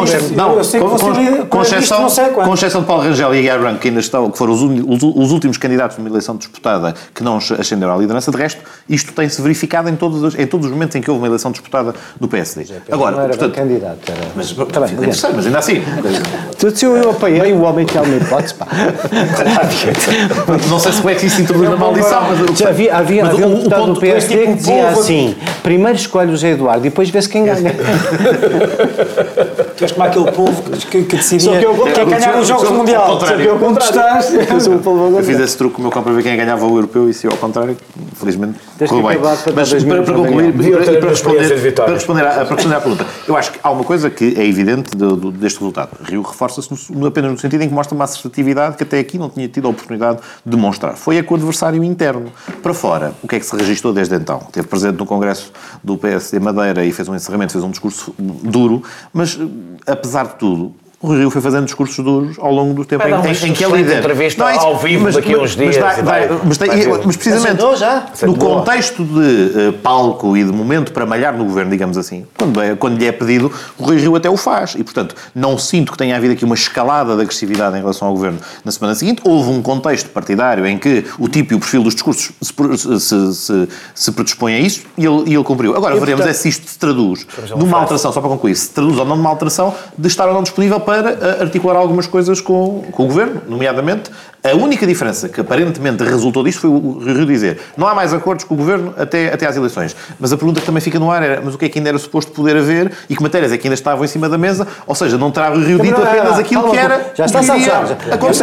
Com exceção de Paulo Rangel e Aguiar Branco, que ainda estão, que foram os últimos candidatos numa eleição disputada que não ascenderam à liderança. De resto, isto tem-se verificado em todos os momentos em que houve uma eleição disputada no PSD. Agora, não era portanto, candidato, era... Mas ainda assim... Eu apoiei o homem que há uma hipótese, pá. Não sei se como é que isso introduz na maldição, mas... Havia um deputado do PSD que dizia assim, primeiro escolhe o Zé Eduardo e depois vê-se quem ganha. Tu és como aquele povo que decidia quem ganhava os Jogos do Mundial. Eu fiz esse truque com o meu cão para ver quem ganhava o europeu e se ao contrário, felizmente, correu bem. Mas para concluir, para responder à pergunta, eu acho que há uma coisa que é evidente deste resultado. Rio reforça-se apenas no sentido em que mostra uma assertividade que até aqui não tinha tido a oportunidade de demonstrar. Foi com o adversário interno. Para fora, o que é que se registou desde então? Esteve presente no Congresso do PSD Madeira e fez um encerramento, fez um discurso duro, mas apesar de tudo, o Rio foi fazendo discursos duros ao longo do tempo em que ele lidera. Entrevista ao vivo daqui a uns dias. Mas precisamente no contexto de palco e de momento para malhar no governo, digamos assim, quando lhe é pedido, o Rui Rio até o faz. E, portanto, não sinto que tenha havido aqui uma escalada de agressividade em relação ao governo na semana seguinte. Houve um contexto partidário em que o tipo e o perfil dos discursos se predispõe a isso e ele cumpriu. Agora, veremos se isto se traduz numa alteração, só para concluir, se traduz ou não numa alteração de estar ou não disponível para articular algumas coisas com o Governo, nomeadamente. A única diferença que aparentemente resultou disto foi o Rio dizer não há mais acordos com o Governo até às eleições. Mas a pergunta que também fica no ar era mas o que é que ainda era suposto poder haver e que matérias é que ainda estavam em cima da mesa? Ou seja, não terá o Rio dito apenas aquilo que era... Já estás a abusar.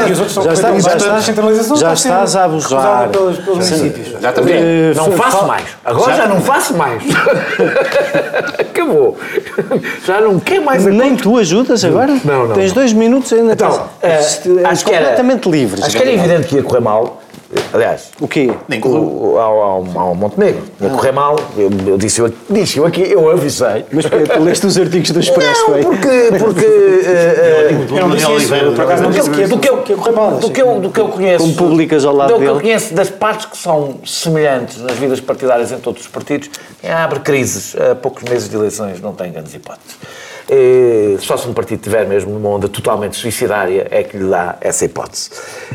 Já estás a abusar. Não faço mais. Agora já não faço mais. Acabou. Já não quer mais acordos. Nem tu ajudas agora? Não. Tens 2 minutos ainda. Então, acho que completamente livres. Acho que era evidente que ia correr mal. Aliás, o quê? Nem correu. Ao Montenegro. Ia correr mal. Eu disse aqui, eu avisei. Mas tu leste os artigos do Expresso, não, porque eu não disse isso. Por acaso não disse que ia correr mal. Do que eu conheço. Como públicas ao lado dele. Do que eu conheço das partes que são semelhantes nas vidas partidárias em todos os partidos, quem abre crises a poucos meses de eleições não tem grandes hipóteses. Só se um partido estiver mesmo numa onda totalmente suicidária é que lhe dá essa hipótese.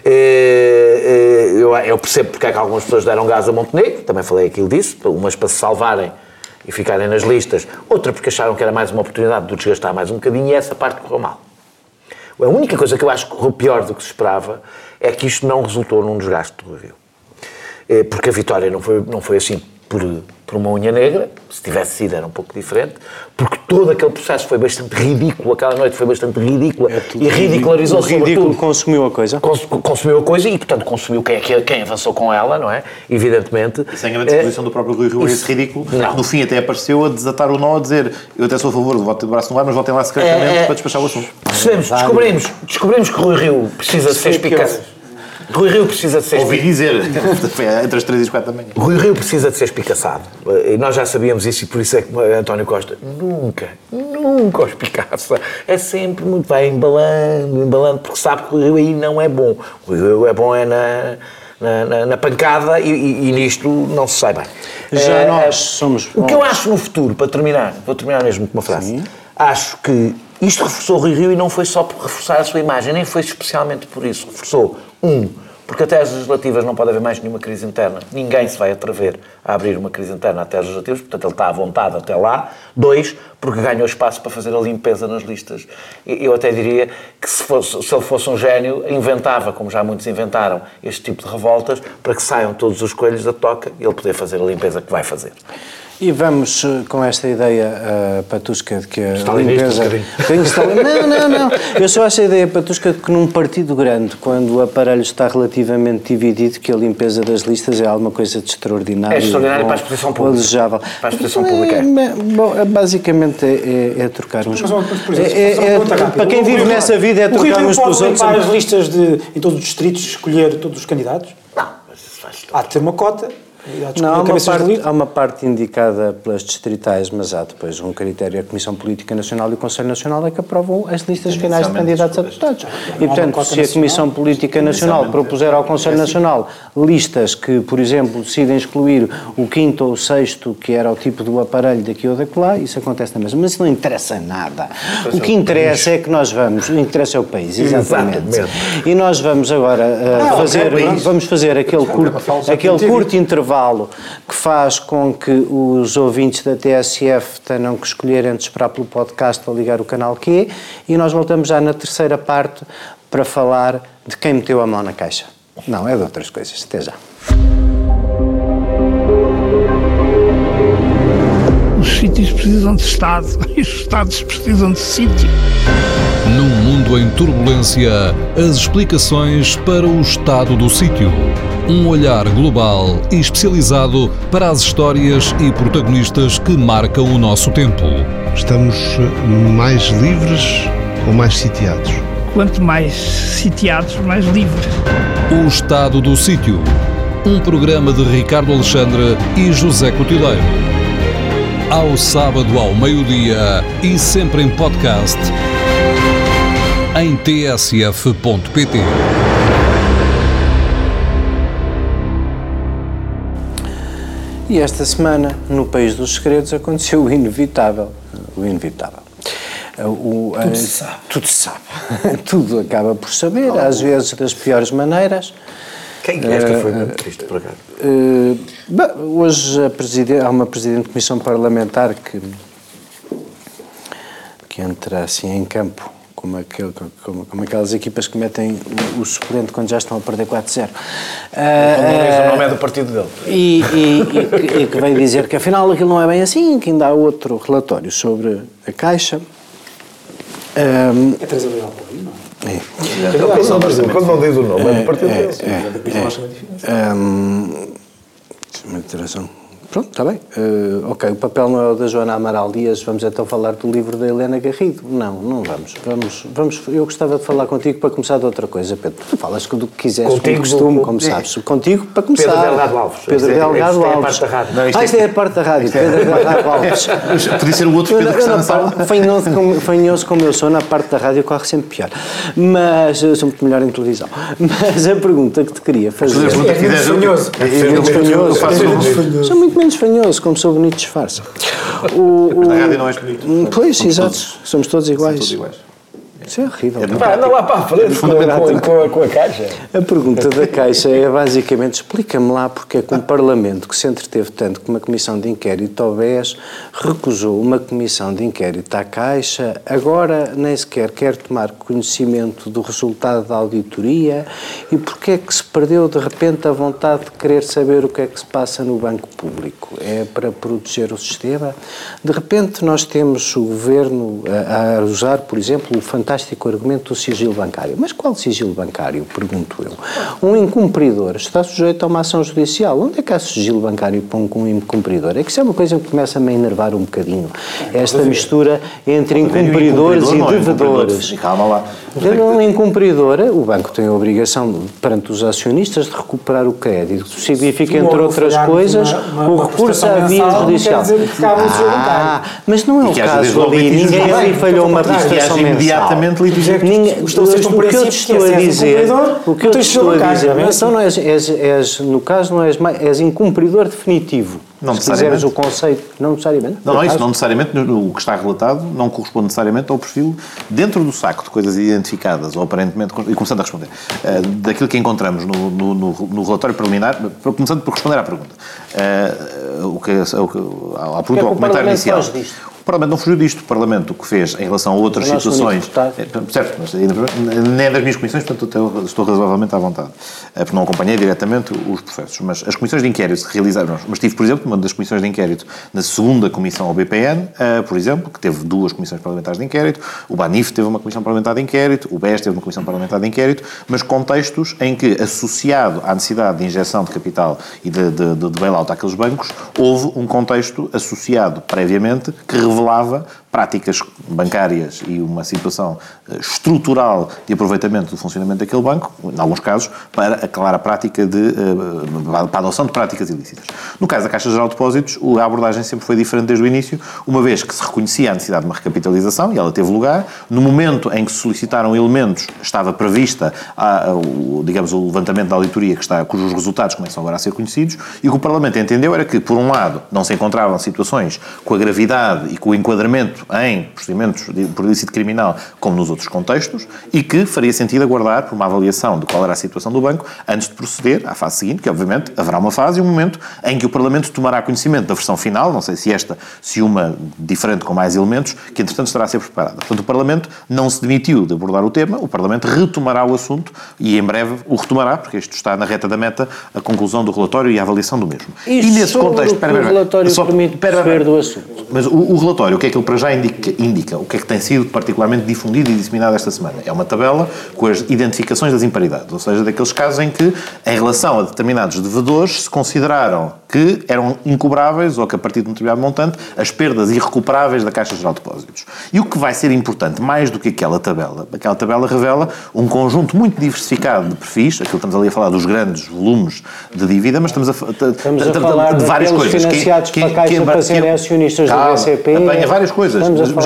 Eu percebo porque é que algumas pessoas deram gás a Montenegro, também falei aquilo disso, umas para se salvarem e ficarem nas listas, outra porque acharam que era mais uma oportunidade de desgastar mais um bocadinho e essa parte correu mal. A única coisa que eu acho que correu pior do que se esperava é que isto não resultou num desgaste do Rio. Porque a vitória não foi assim por uma unha negra, se tivesse sido era um pouco diferente, porque todo aquele processo foi bastante ridículo, aquela noite foi bastante ridícula e ridicularizou sobretudo. O ridículo consumiu a coisa. Consumiu a coisa e, portanto, consumiu quem avançou com ela, não é? Evidentemente. E sem grande disposição do próprio Rui Rio, esse ridículo, no fim até apareceu a desatar o nó, a dizer eu até sou a favor do voto de braço no ar, mas votem lá secretamente para despachar o assunto. Descobrimos que Rui Rio precisa ser espicaçado. Rui Rio precisa de ser... Ouvi dizer, entre as 3 e as 4 da manhã. Rui Rio precisa de ser espicaçado. E nós já sabíamos isso e por isso é que António Costa nunca o espicaça. É sempre muito, vai embalando, porque sabe que o Rui Rio aí não é bom. O Rui Rio é bom na pancada e nisto não se sai bem. Já nós somos... O que eu acho no futuro, para terminar, vou terminar mesmo com uma frase, acho que isto reforçou o Rui Rio e não foi só por reforçar a sua imagem, nem foi especialmente por isso. Reforçou, Porque até as legislativas não pode haver mais nenhuma crise interna. Ninguém se vai atrever a abrir uma crise interna até as legislativas, portanto ele está à vontade até lá. 2, porque ganhou espaço para fazer a limpeza nas listas. Eu até diria que se ele fosse um gênio, inventava, como já muitos inventaram, este tipo de revoltas para que saiam todos os coelhos da toca e ele poder fazer a limpeza que vai fazer. E vamos com esta ideia patusca de que a limpeza... Não. Eu só acho a ideia patusca de que num partido grande, quando o aparelho está relativamente dividido, que a limpeza das listas é alguma coisa de extraordinário. É extraordinário para a exposição pública. Desejável. Para a exposição pública Basicamente é trocar uns... Para quem vive nessa vida é trocar uns pelos outros. Pode limpar as listas em todos os distritos, escolher todos os candidatos? Não, mas isso faz... Há de ter uma cota... Não, há uma parte indicada pelas distritais, mas há depois um critério, a Comissão Política Nacional e o Conselho Nacional é que aprovam as listas finais de candidatos a deputados. E, portanto, se a Comissão Política Nacional propuser ao Conselho Nacional listas que, por exemplo, decidem excluir o 5º ou o 6º, que era o tipo do aparelho daqui ou daquela, isso acontece na mesma. Mas isso não interessa nada. O que interessa é que nós vamos, o interesse é o país, exatamente. E nós vamos agora fazer aquele curto intervalo que faz com que os ouvintes da TSF tenham que escolher entre esperar pelo podcast ou ligar o canal Q, e nós voltamos já na terceira parte para falar de quem meteu a mão na caixa. Não, é de outras coisas. Até já. Os sítios precisam de Estado e os Estados precisam de sítio. Num mundo em turbulência, as explicações para o estado do sítio. Um olhar global e especializado para as histórias e protagonistas que marcam o nosso tempo. Estamos mais livres ou mais sitiados? Quanto mais sitiados, mais livres. O Estado do Sítio. Um programa de Ricardo Alexandre e José Cotilheiro. Ao sábado ao meio-dia e sempre em podcast em tsf.pt. E esta semana, no País dos Segredos, aconteceu o inevitável. O inevitável. Tudo se sabe. Tudo acaba por saber, às vezes das piores maneiras. Quem esta foi muito triste, por acaso? Hoje há uma Presidente de Comissão Parlamentar que entra assim em campo, como aquelas equipas que metem o suplente quando já estão a perder 4-0. O nome é do partido dele. E que vem dizer que afinal aquilo não é bem assim, que ainda há outro relatório sobre a Caixa. É Teresa Leal, não é? Quando não diz o nome, é do partido dele. Uma interação. Pronto, está bem. Ok, o papel não é o da Joana Amaral Dias, vamos então falar do livro da Helena Garrido? Não vamos. Eu gostava de falar contigo para começar de outra coisa, Pedro. Tu falas do que quiseres, como costume, como sabes. Contigo para começar. Pedro Delgado Alves. Pedro Delgado Alves. Isto é a parte da rádio. Pedro Delgado Alves. Podia ser o outro Pedro que está na sala. Fanhoso como eu sou, na parte da rádio corre sempre pior. Mas eu sou muito melhor em televisão. Mas a pergunta que te queria fazer... Sou muito menos fanhoso, como sou bonito disfarça. Na rádio não és bonito. Pois, exato. Somos todos iguais. Isso é horrível. Anda lá para a frente com a Caixa. A pergunta da Caixa é basicamente, explica-me lá porque é que um Parlamento que se entreteve tanto com uma comissão de inquérito ao BES recusou uma comissão de inquérito à Caixa, agora nem sequer quer tomar conhecimento do resultado da auditoria, e porque é que se perdeu de repente a vontade de querer saber o que é que se passa no banco público? É para proteger o sistema? De repente nós temos o Governo a usar, por exemplo, o fantástico argumento do sigilo bancário. Mas qual sigilo bancário, pergunto eu? Um incumpridor está sujeito a uma ação judicial. Onde é que há sigilo bancário para um incumpridor? É que isso é uma coisa que começa-me a enervar um bocadinho. Esta mistura entre incumpridores e devedores. Calma lá. Um incumpridor, o banco tem a obrigação perante os acionistas de recuperar o crédito. Significa, entre outras coisas, o recurso à via judicial. Mas não é o caso ali. Ninguém ali falhou uma prestação mensal. O que eu te estou a dizer, então não és, no caso não és incumpridor definitivo. Não se quiseres o conceito, não necessariamente. Não, isso não necessariamente, o que está relatado não corresponde necessariamente ao perfil dentro do saco de coisas identificadas, ou aparentemente, e começando a responder, daquilo que encontramos no relatório preliminar, começando por responder à pergunta. À pergunta ao comentário inicial. O Parlamento não fugiu disto. O Parlamento o que fez em relação a outras situações... Certo, mas nem é das minhas comissões, portanto estou razoavelmente à vontade, porque não acompanhei diretamente os processos. Mas as comissões de inquérito se realizaram... Mas tive, por exemplo, uma das comissões de inquérito na segunda comissão ao BPN, por exemplo, que teve 2 comissões parlamentares de inquérito, o BANIF teve uma comissão parlamentar de inquérito, o BES teve uma comissão parlamentar de inquérito, mas contextos em que, associado à necessidade de injeção de capital e de bailout àqueles bancos, houve um contexto associado previamente que revelava práticas bancárias e uma situação estrutural de aproveitamento do funcionamento daquele banco, em alguns casos, para a clara prática para a adoção de práticas ilícitas. No caso da Caixa Geral de Depósitos, a abordagem sempre foi diferente desde o início, uma vez que se reconhecia a necessidade de uma recapitalização, e ela teve lugar. No momento em que se solicitaram elementos, estava prevista o levantamento da auditoria, cujos resultados começam agora a ser conhecidos, e o que o Parlamento entendeu era que, por um lado, não se encontravam situações com a gravidade e com o enquadramento em procedimentos por ilícito criminal, como nos outros contextos, e que faria sentido aguardar por uma avaliação de qual era a situação do banco antes de proceder à fase seguinte, que obviamente haverá uma fase e um momento em que o Parlamento tomará conhecimento da versão final, não sei se uma diferente com mais elementos, que entretanto estará a ser preparada. Portanto, o Parlamento não se demitiu de abordar o tema, o Parlamento retomará o assunto e em breve o retomará, porque isto está na reta da meta, a conclusão do relatório e a avaliação do mesmo. E nesse contexto... o relatório permite perceber do assunto. Mas o relatório, o que é que ele para já indica? O que é que tem sido particularmente difundido e disseminado esta semana? É uma tabela com as identificações das imparidades, ou seja, daqueles casos em que, em relação a determinados devedores, se consideraram que eram incobráveis ou que, a partir de um determinado montante, as perdas irrecuperáveis da Caixa Geral de Depósitos. E o que vai ser importante, mais do que aquela tabela revela um conjunto muito diversificado de perfis, aquilo que estamos ali a falar dos grandes volumes de dívida, mas estamos a falar de várias coisas. Financiados para a Caixa para serem acionistas do BCP. Apanha várias coisas.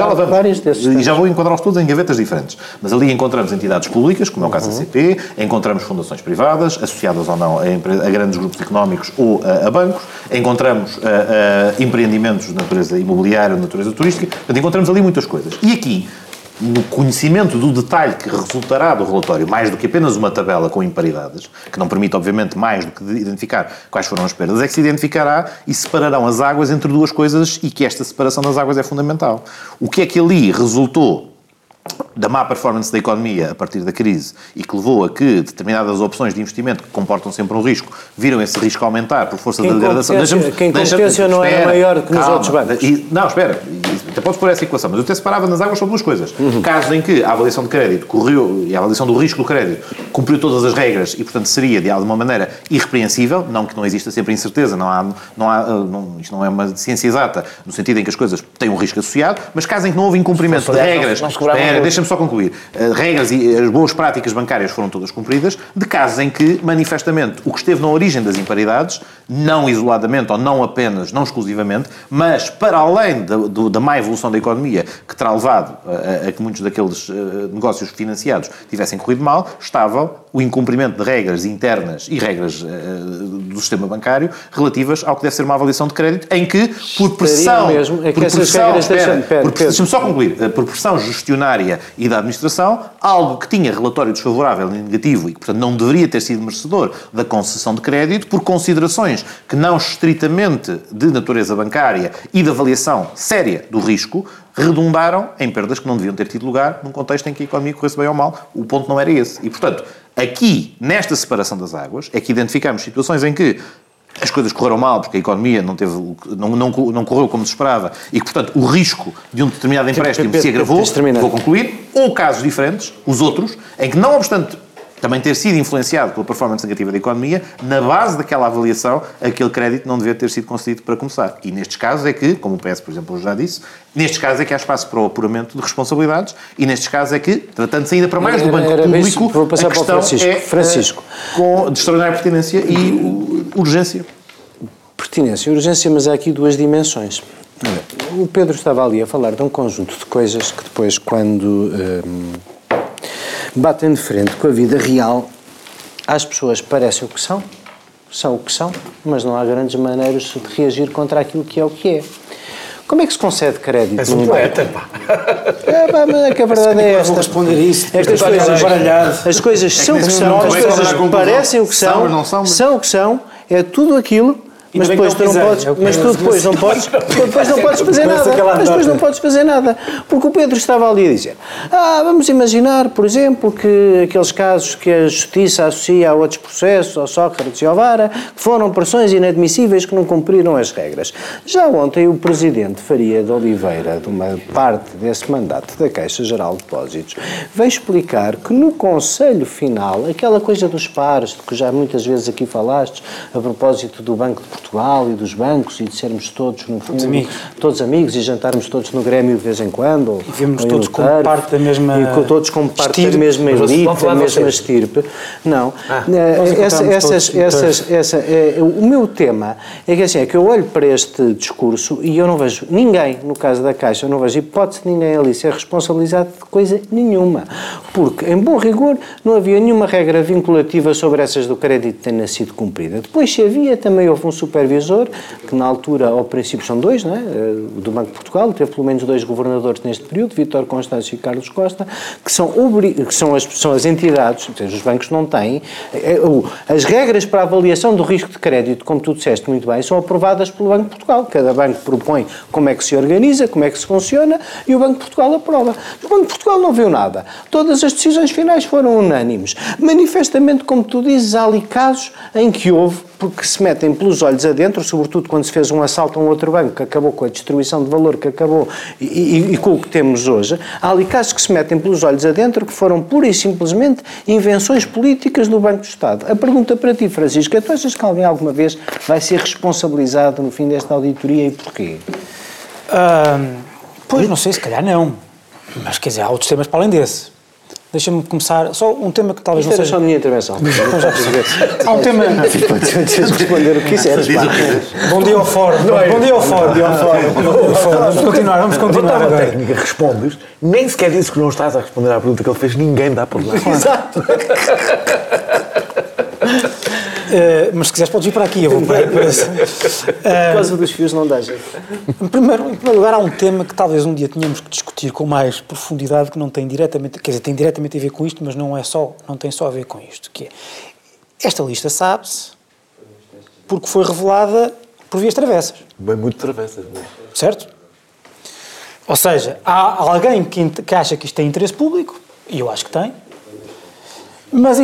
E já vou enquadrá-los todos em gavetas diferentes. Mas ali encontramos entidades públicas, como é o caso da CP, encontramos fundações privadas, associadas ou não a grandes grupos económicos ou a bancos, encontramos empreendimentos de natureza imobiliária, de natureza turística, portanto, encontramos ali muitas coisas. E aqui, no conhecimento do detalhe que resultará do relatório, mais do que apenas uma tabela com imparidades, que não permite, obviamente, mais do que identificar quais foram as perdas, é que se identificará e separarão as águas entre duas coisas e que esta separação das águas é fundamental. O que é que ali resultou da má performance da economia a partir da crise e que levou a que determinadas opções de investimento que comportam sempre um risco, viram esse risco aumentar por força da degradação. Que a incompetência não era maior do que nos outros bancos. Não, espera. Até podes pôr essa equação, mas eu até separava nas águas só duas coisas. Casos em que a avaliação de crédito correu, e a avaliação do risco do crédito cumpriu todas as regras e, portanto, seria de alguma maneira irrepreensível, não que não exista sempre incerteza, isto não é uma ciência exata, no sentido em que as coisas têm um risco associado, mas casos em que não houve incumprimento de regras, deixa-me só concluir, regras e as boas práticas bancárias foram todas cumpridas, de casos em que, manifestamente, o que esteve na origem das imparidades, não isoladamente ou não apenas, não exclusivamente, mas para além da má evolução da economia, que terá levado a que muitos daqueles negócios financiados tivessem corrido mal, estava o incumprimento de regras internas e regras do sistema bancário relativas ao que deve ser uma avaliação de crédito, em que, por pressão... Deixa-me só concluir. Por pressão gestionária e da administração, algo que tinha relatório desfavorável e negativo e que, portanto, não deveria ter sido merecedor da concessão de crédito, por considerações que não estritamente de natureza bancária e de avaliação séria do risco, redundaram em perdas que não deviam ter tido lugar num contexto em que a economia corresse bem ou mal. O ponto não era esse. E, portanto, aqui, nesta separação das águas, é que identificamos situações em que as coisas correram mal porque a economia não correu como se esperava e que, portanto, o risco de um determinado empréstimo se agravou, vou concluir, ou casos diferentes, os outros, em que, não obstante também ter sido influenciado pela performance negativa da economia, na base daquela avaliação, aquele crédito não devia ter sido concedido para começar. E nestes casos é que, como o PS, por exemplo, já disse, nestes casos é que há espaço para o apuramento de responsabilidades e nestes casos é que, tratando-se ainda para mais do banco público, vou passar a questão para Francisco. De extraordinária pertinência e urgência. Pertinência e urgência, mas há aqui duas dimensões. O Pedro estava ali a falar de um conjunto de coisas que depois, quando batem de frente com a vida real, às pessoas parecem o que são são o que são, mas não há grandes maneiras de reagir contra aquilo que é o que é. Como é que se concede crédito? És um poeta, pá. Mas é que a verdade é esta. Responder isso. É que as coisas são o que são, as coisas parecem o que são o que são, é tudo aquilo. Mas depois tu não podes fazer nada. Mas depois não podes fazer nada. Porque o Pedro estava ali a dizer: vamos imaginar, por exemplo, que aqueles casos que a Justiça associa a outros processos, ao Sócrates e ao Vara, que foram operações inadmissíveis que não cumpriram as regras. Já ontem o Presidente Faria de Oliveira, de uma parte desse mandato da Caixa Geral de Depósitos, veio explicar que no Conselho Final, aquela coisa dos pares, de que já muitas vezes aqui falaste, a propósito do Banco de Portugal e dos bancos e de sermos todos, no fundo, todos amigos e jantarmos todos no Grêmio de vez em quando. E vemos todos como parte da mesma e todos como parte da mesma elite, da mesma estirpe. Não. O meu tema é que assim, é que eu olho para este discurso e eu não vejo ninguém, no caso da Caixa, eu não vejo hipótese de ninguém ali ser responsabilizado de coisa nenhuma. Porque, em bom rigor, não havia nenhuma regra vinculativa sobre essas do crédito ter sido cumprida. Depois, se havia, também houve um supervisor, que na altura, ao princípio são dois, não é? Do Banco de Portugal, teve pelo menos 2 governadores neste período, Vítor Constâncio e Carlos Costa, que são as entidades, os bancos não têm, as regras para a avaliação do risco de crédito, como tu disseste muito bem, são aprovadas pelo Banco de Portugal. Cada banco propõe como é que se organiza, como é que se funciona, e o Banco de Portugal aprova. O Banco de Portugal não viu nada. Todas as decisões finais foram unânimes. Manifestamente, como tu dizes, há ali casos em que houve, porque se metem pelos olhos adentro, sobretudo quando se fez um assalto a um outro banco, que acabou com a destruição de valor, que acabou e com o que temos hoje, há ali casos que se metem pelos olhos adentro, que foram pura e simplesmente invenções políticas do Banco do Estado. A pergunta para ti, Francisco, tu achas que alguém alguma vez vai ser responsabilizado no fim desta auditoria e porquê? Pois, não sei, se calhar não. Mas, quer dizer, há outros temas para além desse. Deixa-me começar, só um tema que talvez não seja... Isto era só a minha intervenção. Há um tema... Podes responder o que quiseres, pá. Bom dia ao fórum. Bom dia ao fórum. Vamos continuar agora. Técnica, respondes, nem sequer dizes que não estás a responder à pergunta que ele fez, ninguém dá por lá. Exato. Mas se quiseres podes ir para aqui, eu vou para por causa dos fios não dá jeito. Em primeiro lugar, há um tema que talvez um dia tenhamos que discutir com mais profundidade, que não tem diretamente, quer dizer, tem diretamente a ver com isto, mas não tem só a ver com isto, que é, esta lista sabe-se porque foi revelada por vias travessas. Bem, muito travessas. Certo? Ou seja, há alguém que acha que isto tem interesse público, e eu acho que tem, mas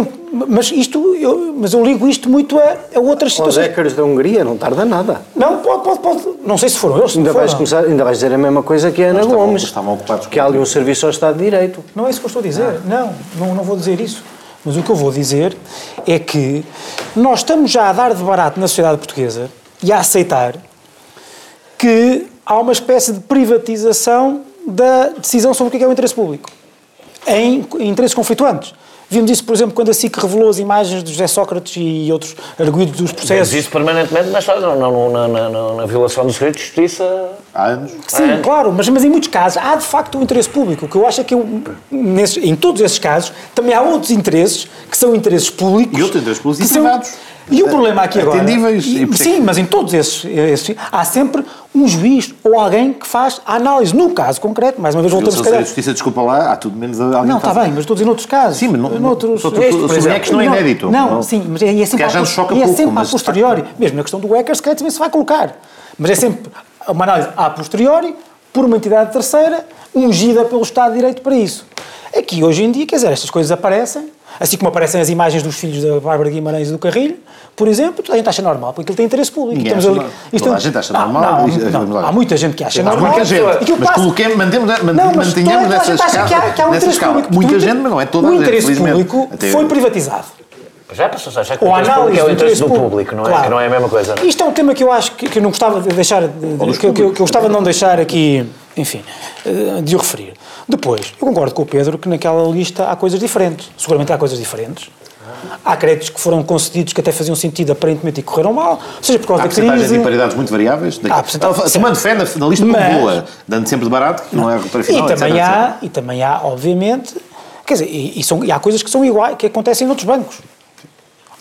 eu ligo isto muito a outras situações. Os hackers da Hungria não tarda nada. Não, pode. Não sei se foram eles. Ainda vais dizer a mesma coisa que a Ana Gomes, que há ali um serviço ao Estado de Direito. Não é isso que eu estou a dizer. Não vou dizer isso. Mas o que eu vou dizer é que nós estamos já a dar de barato na sociedade portuguesa e a aceitar que há uma espécie de privatização da decisão sobre o que é o interesse público em interesses conflituantes. Vimos isso, por exemplo, quando a SIC revelou as imagens de José Sócrates e outros arguidos dos processos. Vemos isso permanentemente na violação dos direitos de justiça há anos. Sim, claro, mas em muitos casos há de facto um interesse público. O que eu acho é que em todos esses casos também há outros interesses que são interesses públicos. E outros interesses públicos e privados. E o problema aqui agora... Atendíveis. Sim, mas em todos esses há sempre um juiz ou alguém que faz a análise. No caso concreto, mais uma vez voltamos a calhar. Se a Justiça desculpa lá, há tudo menos alguém. Não, está bem, mas estou a dizer noutros casos. Sim, mas é que não é inédito. Não, sim, mas é sempre a posteriori. Mesmo na questão do hacker, se calhar também se vai colocar. Mas é sempre uma análise a posteriori, por uma entidade terceira, ungida pelo Estado de Direito para isso. Aqui, hoje em dia, quer dizer, estas coisas aparecem, assim como aparecem as imagens dos filhos da Bárbara Guimarães e do Carrilho, por exemplo, toda a gente acha normal, porque ele tem interesse público. Toda a gente acha normal. Há muita gente que acha normal. Muita gente, mas mantenhamos nessas escalas. Muita gente, mas não é toda a gente. O interesse público foi privatizado. Já passou a achar que o interesse do público, não é? Que não é a mesma coisa. Isto é um tema que eu acho que eu não gostava de deixar, que eu gostava de não deixar aqui, enfim, de o referir. Depois, eu concordo com o Pedro que naquela lista há coisas diferentes. Seguramente há coisas diferentes. Há créditos que foram concedidos que até faziam sentido aparentemente e correram mal, seja por causa da crise... Há percentagens de imparidades muito variáveis. Tomando fé na lista como boa, dando sempre de barato, que não é para final, e também há, obviamente... Quer dizer, e há coisas que são iguais, que acontecem em outros bancos.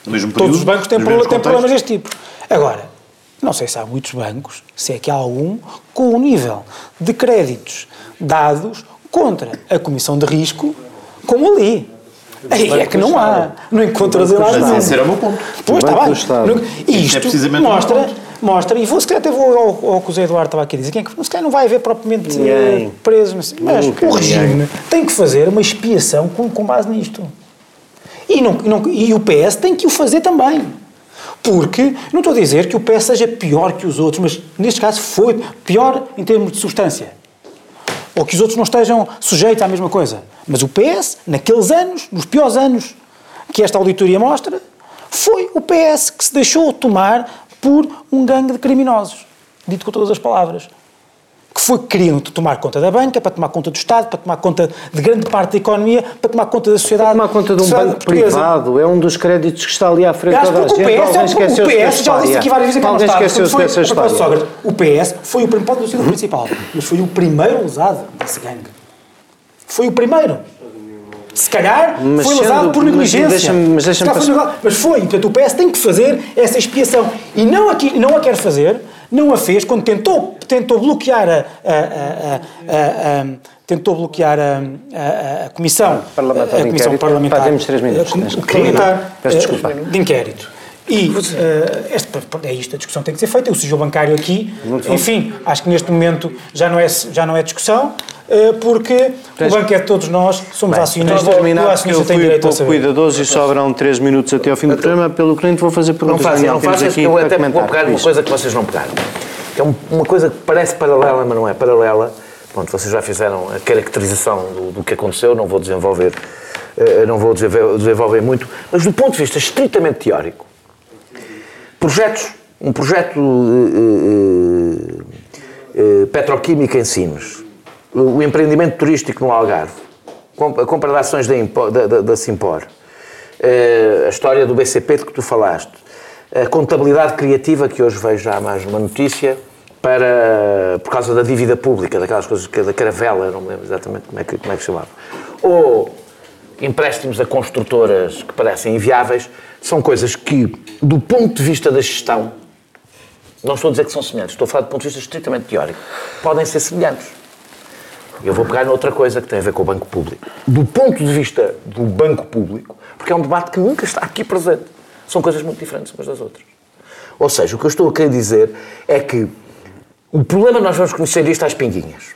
Todos os bancos têm problemas deste tipo. Agora, não sei se há muitos bancos, se é que há algum, com o nível de créditos dados contra a comissão de risco como ali. Aí é que não há. Não encontras em lado nenhum. Esse era o meu ponto. Pois, está bem. E isto mostra, e se calhar até vou ao que o Zé Eduardo estava aqui a dizer, se calhar não vai haver propriamente presos, mas o regime tem que fazer uma expiação com base nisto. E o PS tem que o fazer também. Porque, não estou a dizer que o PS seja pior que os outros, mas neste caso foi pior em termos de substância. Ou que os outros não estejam sujeitos à mesma coisa. Mas o PS, naqueles anos, nos piores anos que esta auditoria mostra, foi o PS que se deixou tomar por um gangue de criminosos. Dito com todas as palavras. Que queriam tomar conta da banca, para tomar conta do Estado, para tomar conta de grande parte da economia, para tomar conta da sociedade. Para tomar conta de um banco privado. É um dos créditos que está ali à frente da gente. O PS, já disse aqui várias vezes que alguém esqueceu-se dessa história. O PS foi o primeiro, pode não ser o principal, mas foi o primeiro usado desse gangue. Foi o primeiro. Se calhar foi usado por negligência. Mas foi. Portanto, o PS tem que fazer essa expiação. E não a quer fazer, não a fez quando tentou bloquear a comissão parlamentar. Temos 3 minutos. De inquérito. E é isto, a discussão tem que ser feita. O sigilo bancário aqui, enfim, acho que neste momento já não é discussão, porque o banco é de todos nós, somos acionistas. O acionista tem direito a saber. Cuidadoso e sobram 3 minutos até ao fim do programa, pelo que nem te vou fazer perguntas. Não faças, eu até vou pegar uma coisa que vocês não pegaram. Que é uma coisa que parece paralela, mas não é paralela. Pronto, vocês já fizeram a caracterização do que aconteceu, não vou desenvolver muito, mas do ponto de vista estritamente teórico, um projeto petroquímico em Sines, o empreendimento turístico no Algarve, a compra de ações da Simpor, a história do BCP de que tu falaste, a contabilidade criativa, que hoje vejo já mais uma notícia, por causa da dívida pública, daquelas coisas da caravela, não me lembro exatamente como é que se chamava, ou empréstimos a construtoras que parecem inviáveis, são coisas que, do ponto de vista da gestão, não estou a dizer que são semelhantes, estou a falar do ponto de vista estritamente teórico, podem ser semelhantes. Eu vou pegar noutra coisa que tem a ver com o banco público. Do ponto de vista do banco público, porque é um debate que nunca está aqui presente, são coisas muito diferentes umas das outras. Ou seja, o que eu estou a querer dizer é que o problema nós vamos conhecer isto às pinguinhas.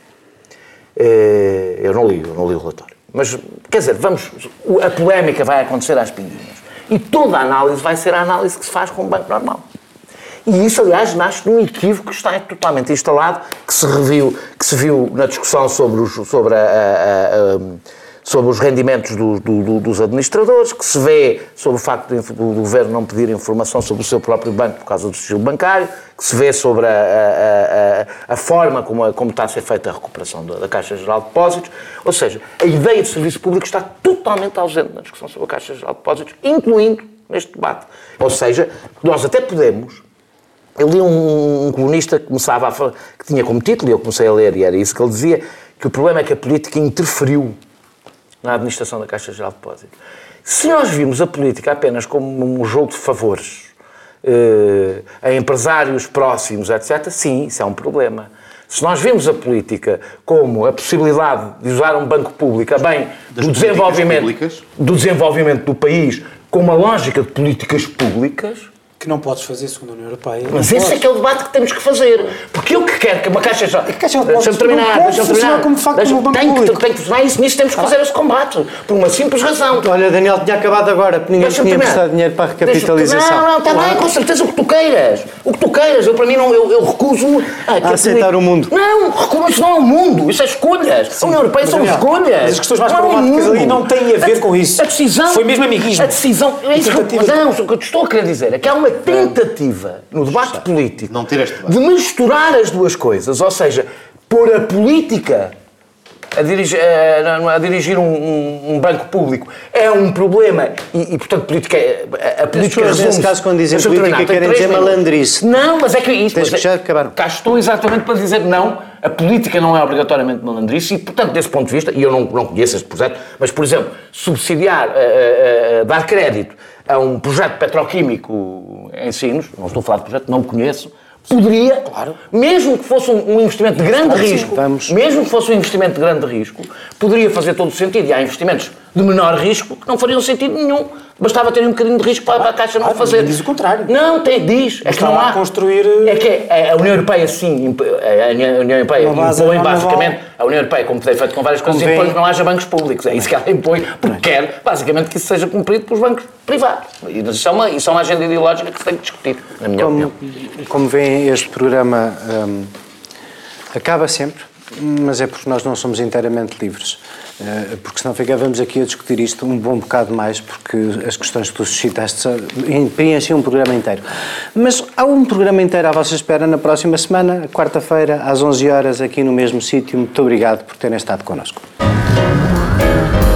Eu não li o relatório. Mas, quer dizer, a polémica vai acontecer às pinguinhas. E toda a análise vai ser a análise que se faz com um banco normal. E isso, aliás, nasce de um equívoco que está totalmente instalado, que se viu na discussão sobre os rendimentos dos administradores, que se vê sobre o facto do governo não pedir informação sobre o seu próprio banco por causa do sigilo bancário, que se vê sobre a forma como está a ser feita a recuperação da Caixa Geral de Depósitos. Ou seja, a ideia de serviço público está totalmente ausente na discussão sobre a Caixa Geral de Depósitos, incluindo neste debate. Ou seja, nós até podemos... Eu li um colunista que tinha como título, e eu comecei a ler, e era isso que ele dizia, que o problema é que a política interferiu na administração da Caixa Geral de Depósitos. Se nós vimos a política apenas como um jogo de favores a empresários próximos, etc., sim, isso é um problema. Se nós vimos a política como a possibilidade de usar um banco público a bem do desenvolvimento do país com uma lógica de políticas públicas... Que não podes fazer segundo a União Europeia. Mas esse é que é o debate que temos que fazer. Porque eu que quero que uma Caixa Geral... Deixa-me terminar. Tem que funcionar isso. Nisso temos que fazer esse combate. Por uma simples razão. Olha, Daniel, tinha acabado agora. Porque ninguém tinha prestado dinheiro para a recapitalização. Não, está bem, com certeza, o que tu queiras. Eu, para mim, eu recuso... A aceitar o mundo. Não, isso não é o mundo. Isso é escolhas. A União Europeia são escolhas. Mas as questões mais problemáticas ali não têm a ver com isso. A decisão... Foi mesmo amiguismo. A decisão... Não, o que eu te estou a querer dizer é que há uma tentativa no debate político de misturar as duas coisas, ou seja, pôr a política a dirigir um banco público é um problema e portanto, a política resume-se... Nesse caso, quando dizem política, querem dizer malandrice. Não, mas é que isso... Tens que já acabar. Cá estou exatamente para dizer não, a política não é obrigatoriamente malandrice e, portanto, desse ponto de vista, e eu não conheço este projeto, mas, por exemplo, subsidiar, dar crédito a um projeto petroquímico em Sines, não estou a falar de projeto, não o conheço, poderia, mesmo que fosse um investimento de grande risco, poderia fazer todo o sentido. E há investimentos de menor risco que não fariam sentido nenhum. Bastava ter um bocadinho de risco para a Caixa não fazer. Diz o contrário. Não, diz. É que não há. Construir... É que a União Europeia, sim, a União Europeia impõe basicamente, a União Europeia, como tem feito com várias coisas, impõe que não haja bancos públicos. É isso que ela impõe, porque quer, basicamente, que isso seja cumprido pelos bancos privados. E isso é uma agenda ideológica que se tem que discutir, na minha opinião. Como veem, este programa acaba sempre, mas é porque nós não somos inteiramente livres. Porque senão ficávamos aqui a discutir isto um bom bocado mais, porque as questões que tu suscitaste preenchem um programa inteiro. Mas há um programa inteiro à vossa espera na próxima semana, quarta-feira, às 11 horas, aqui no mesmo sítio. Muito obrigado por terem estado connosco.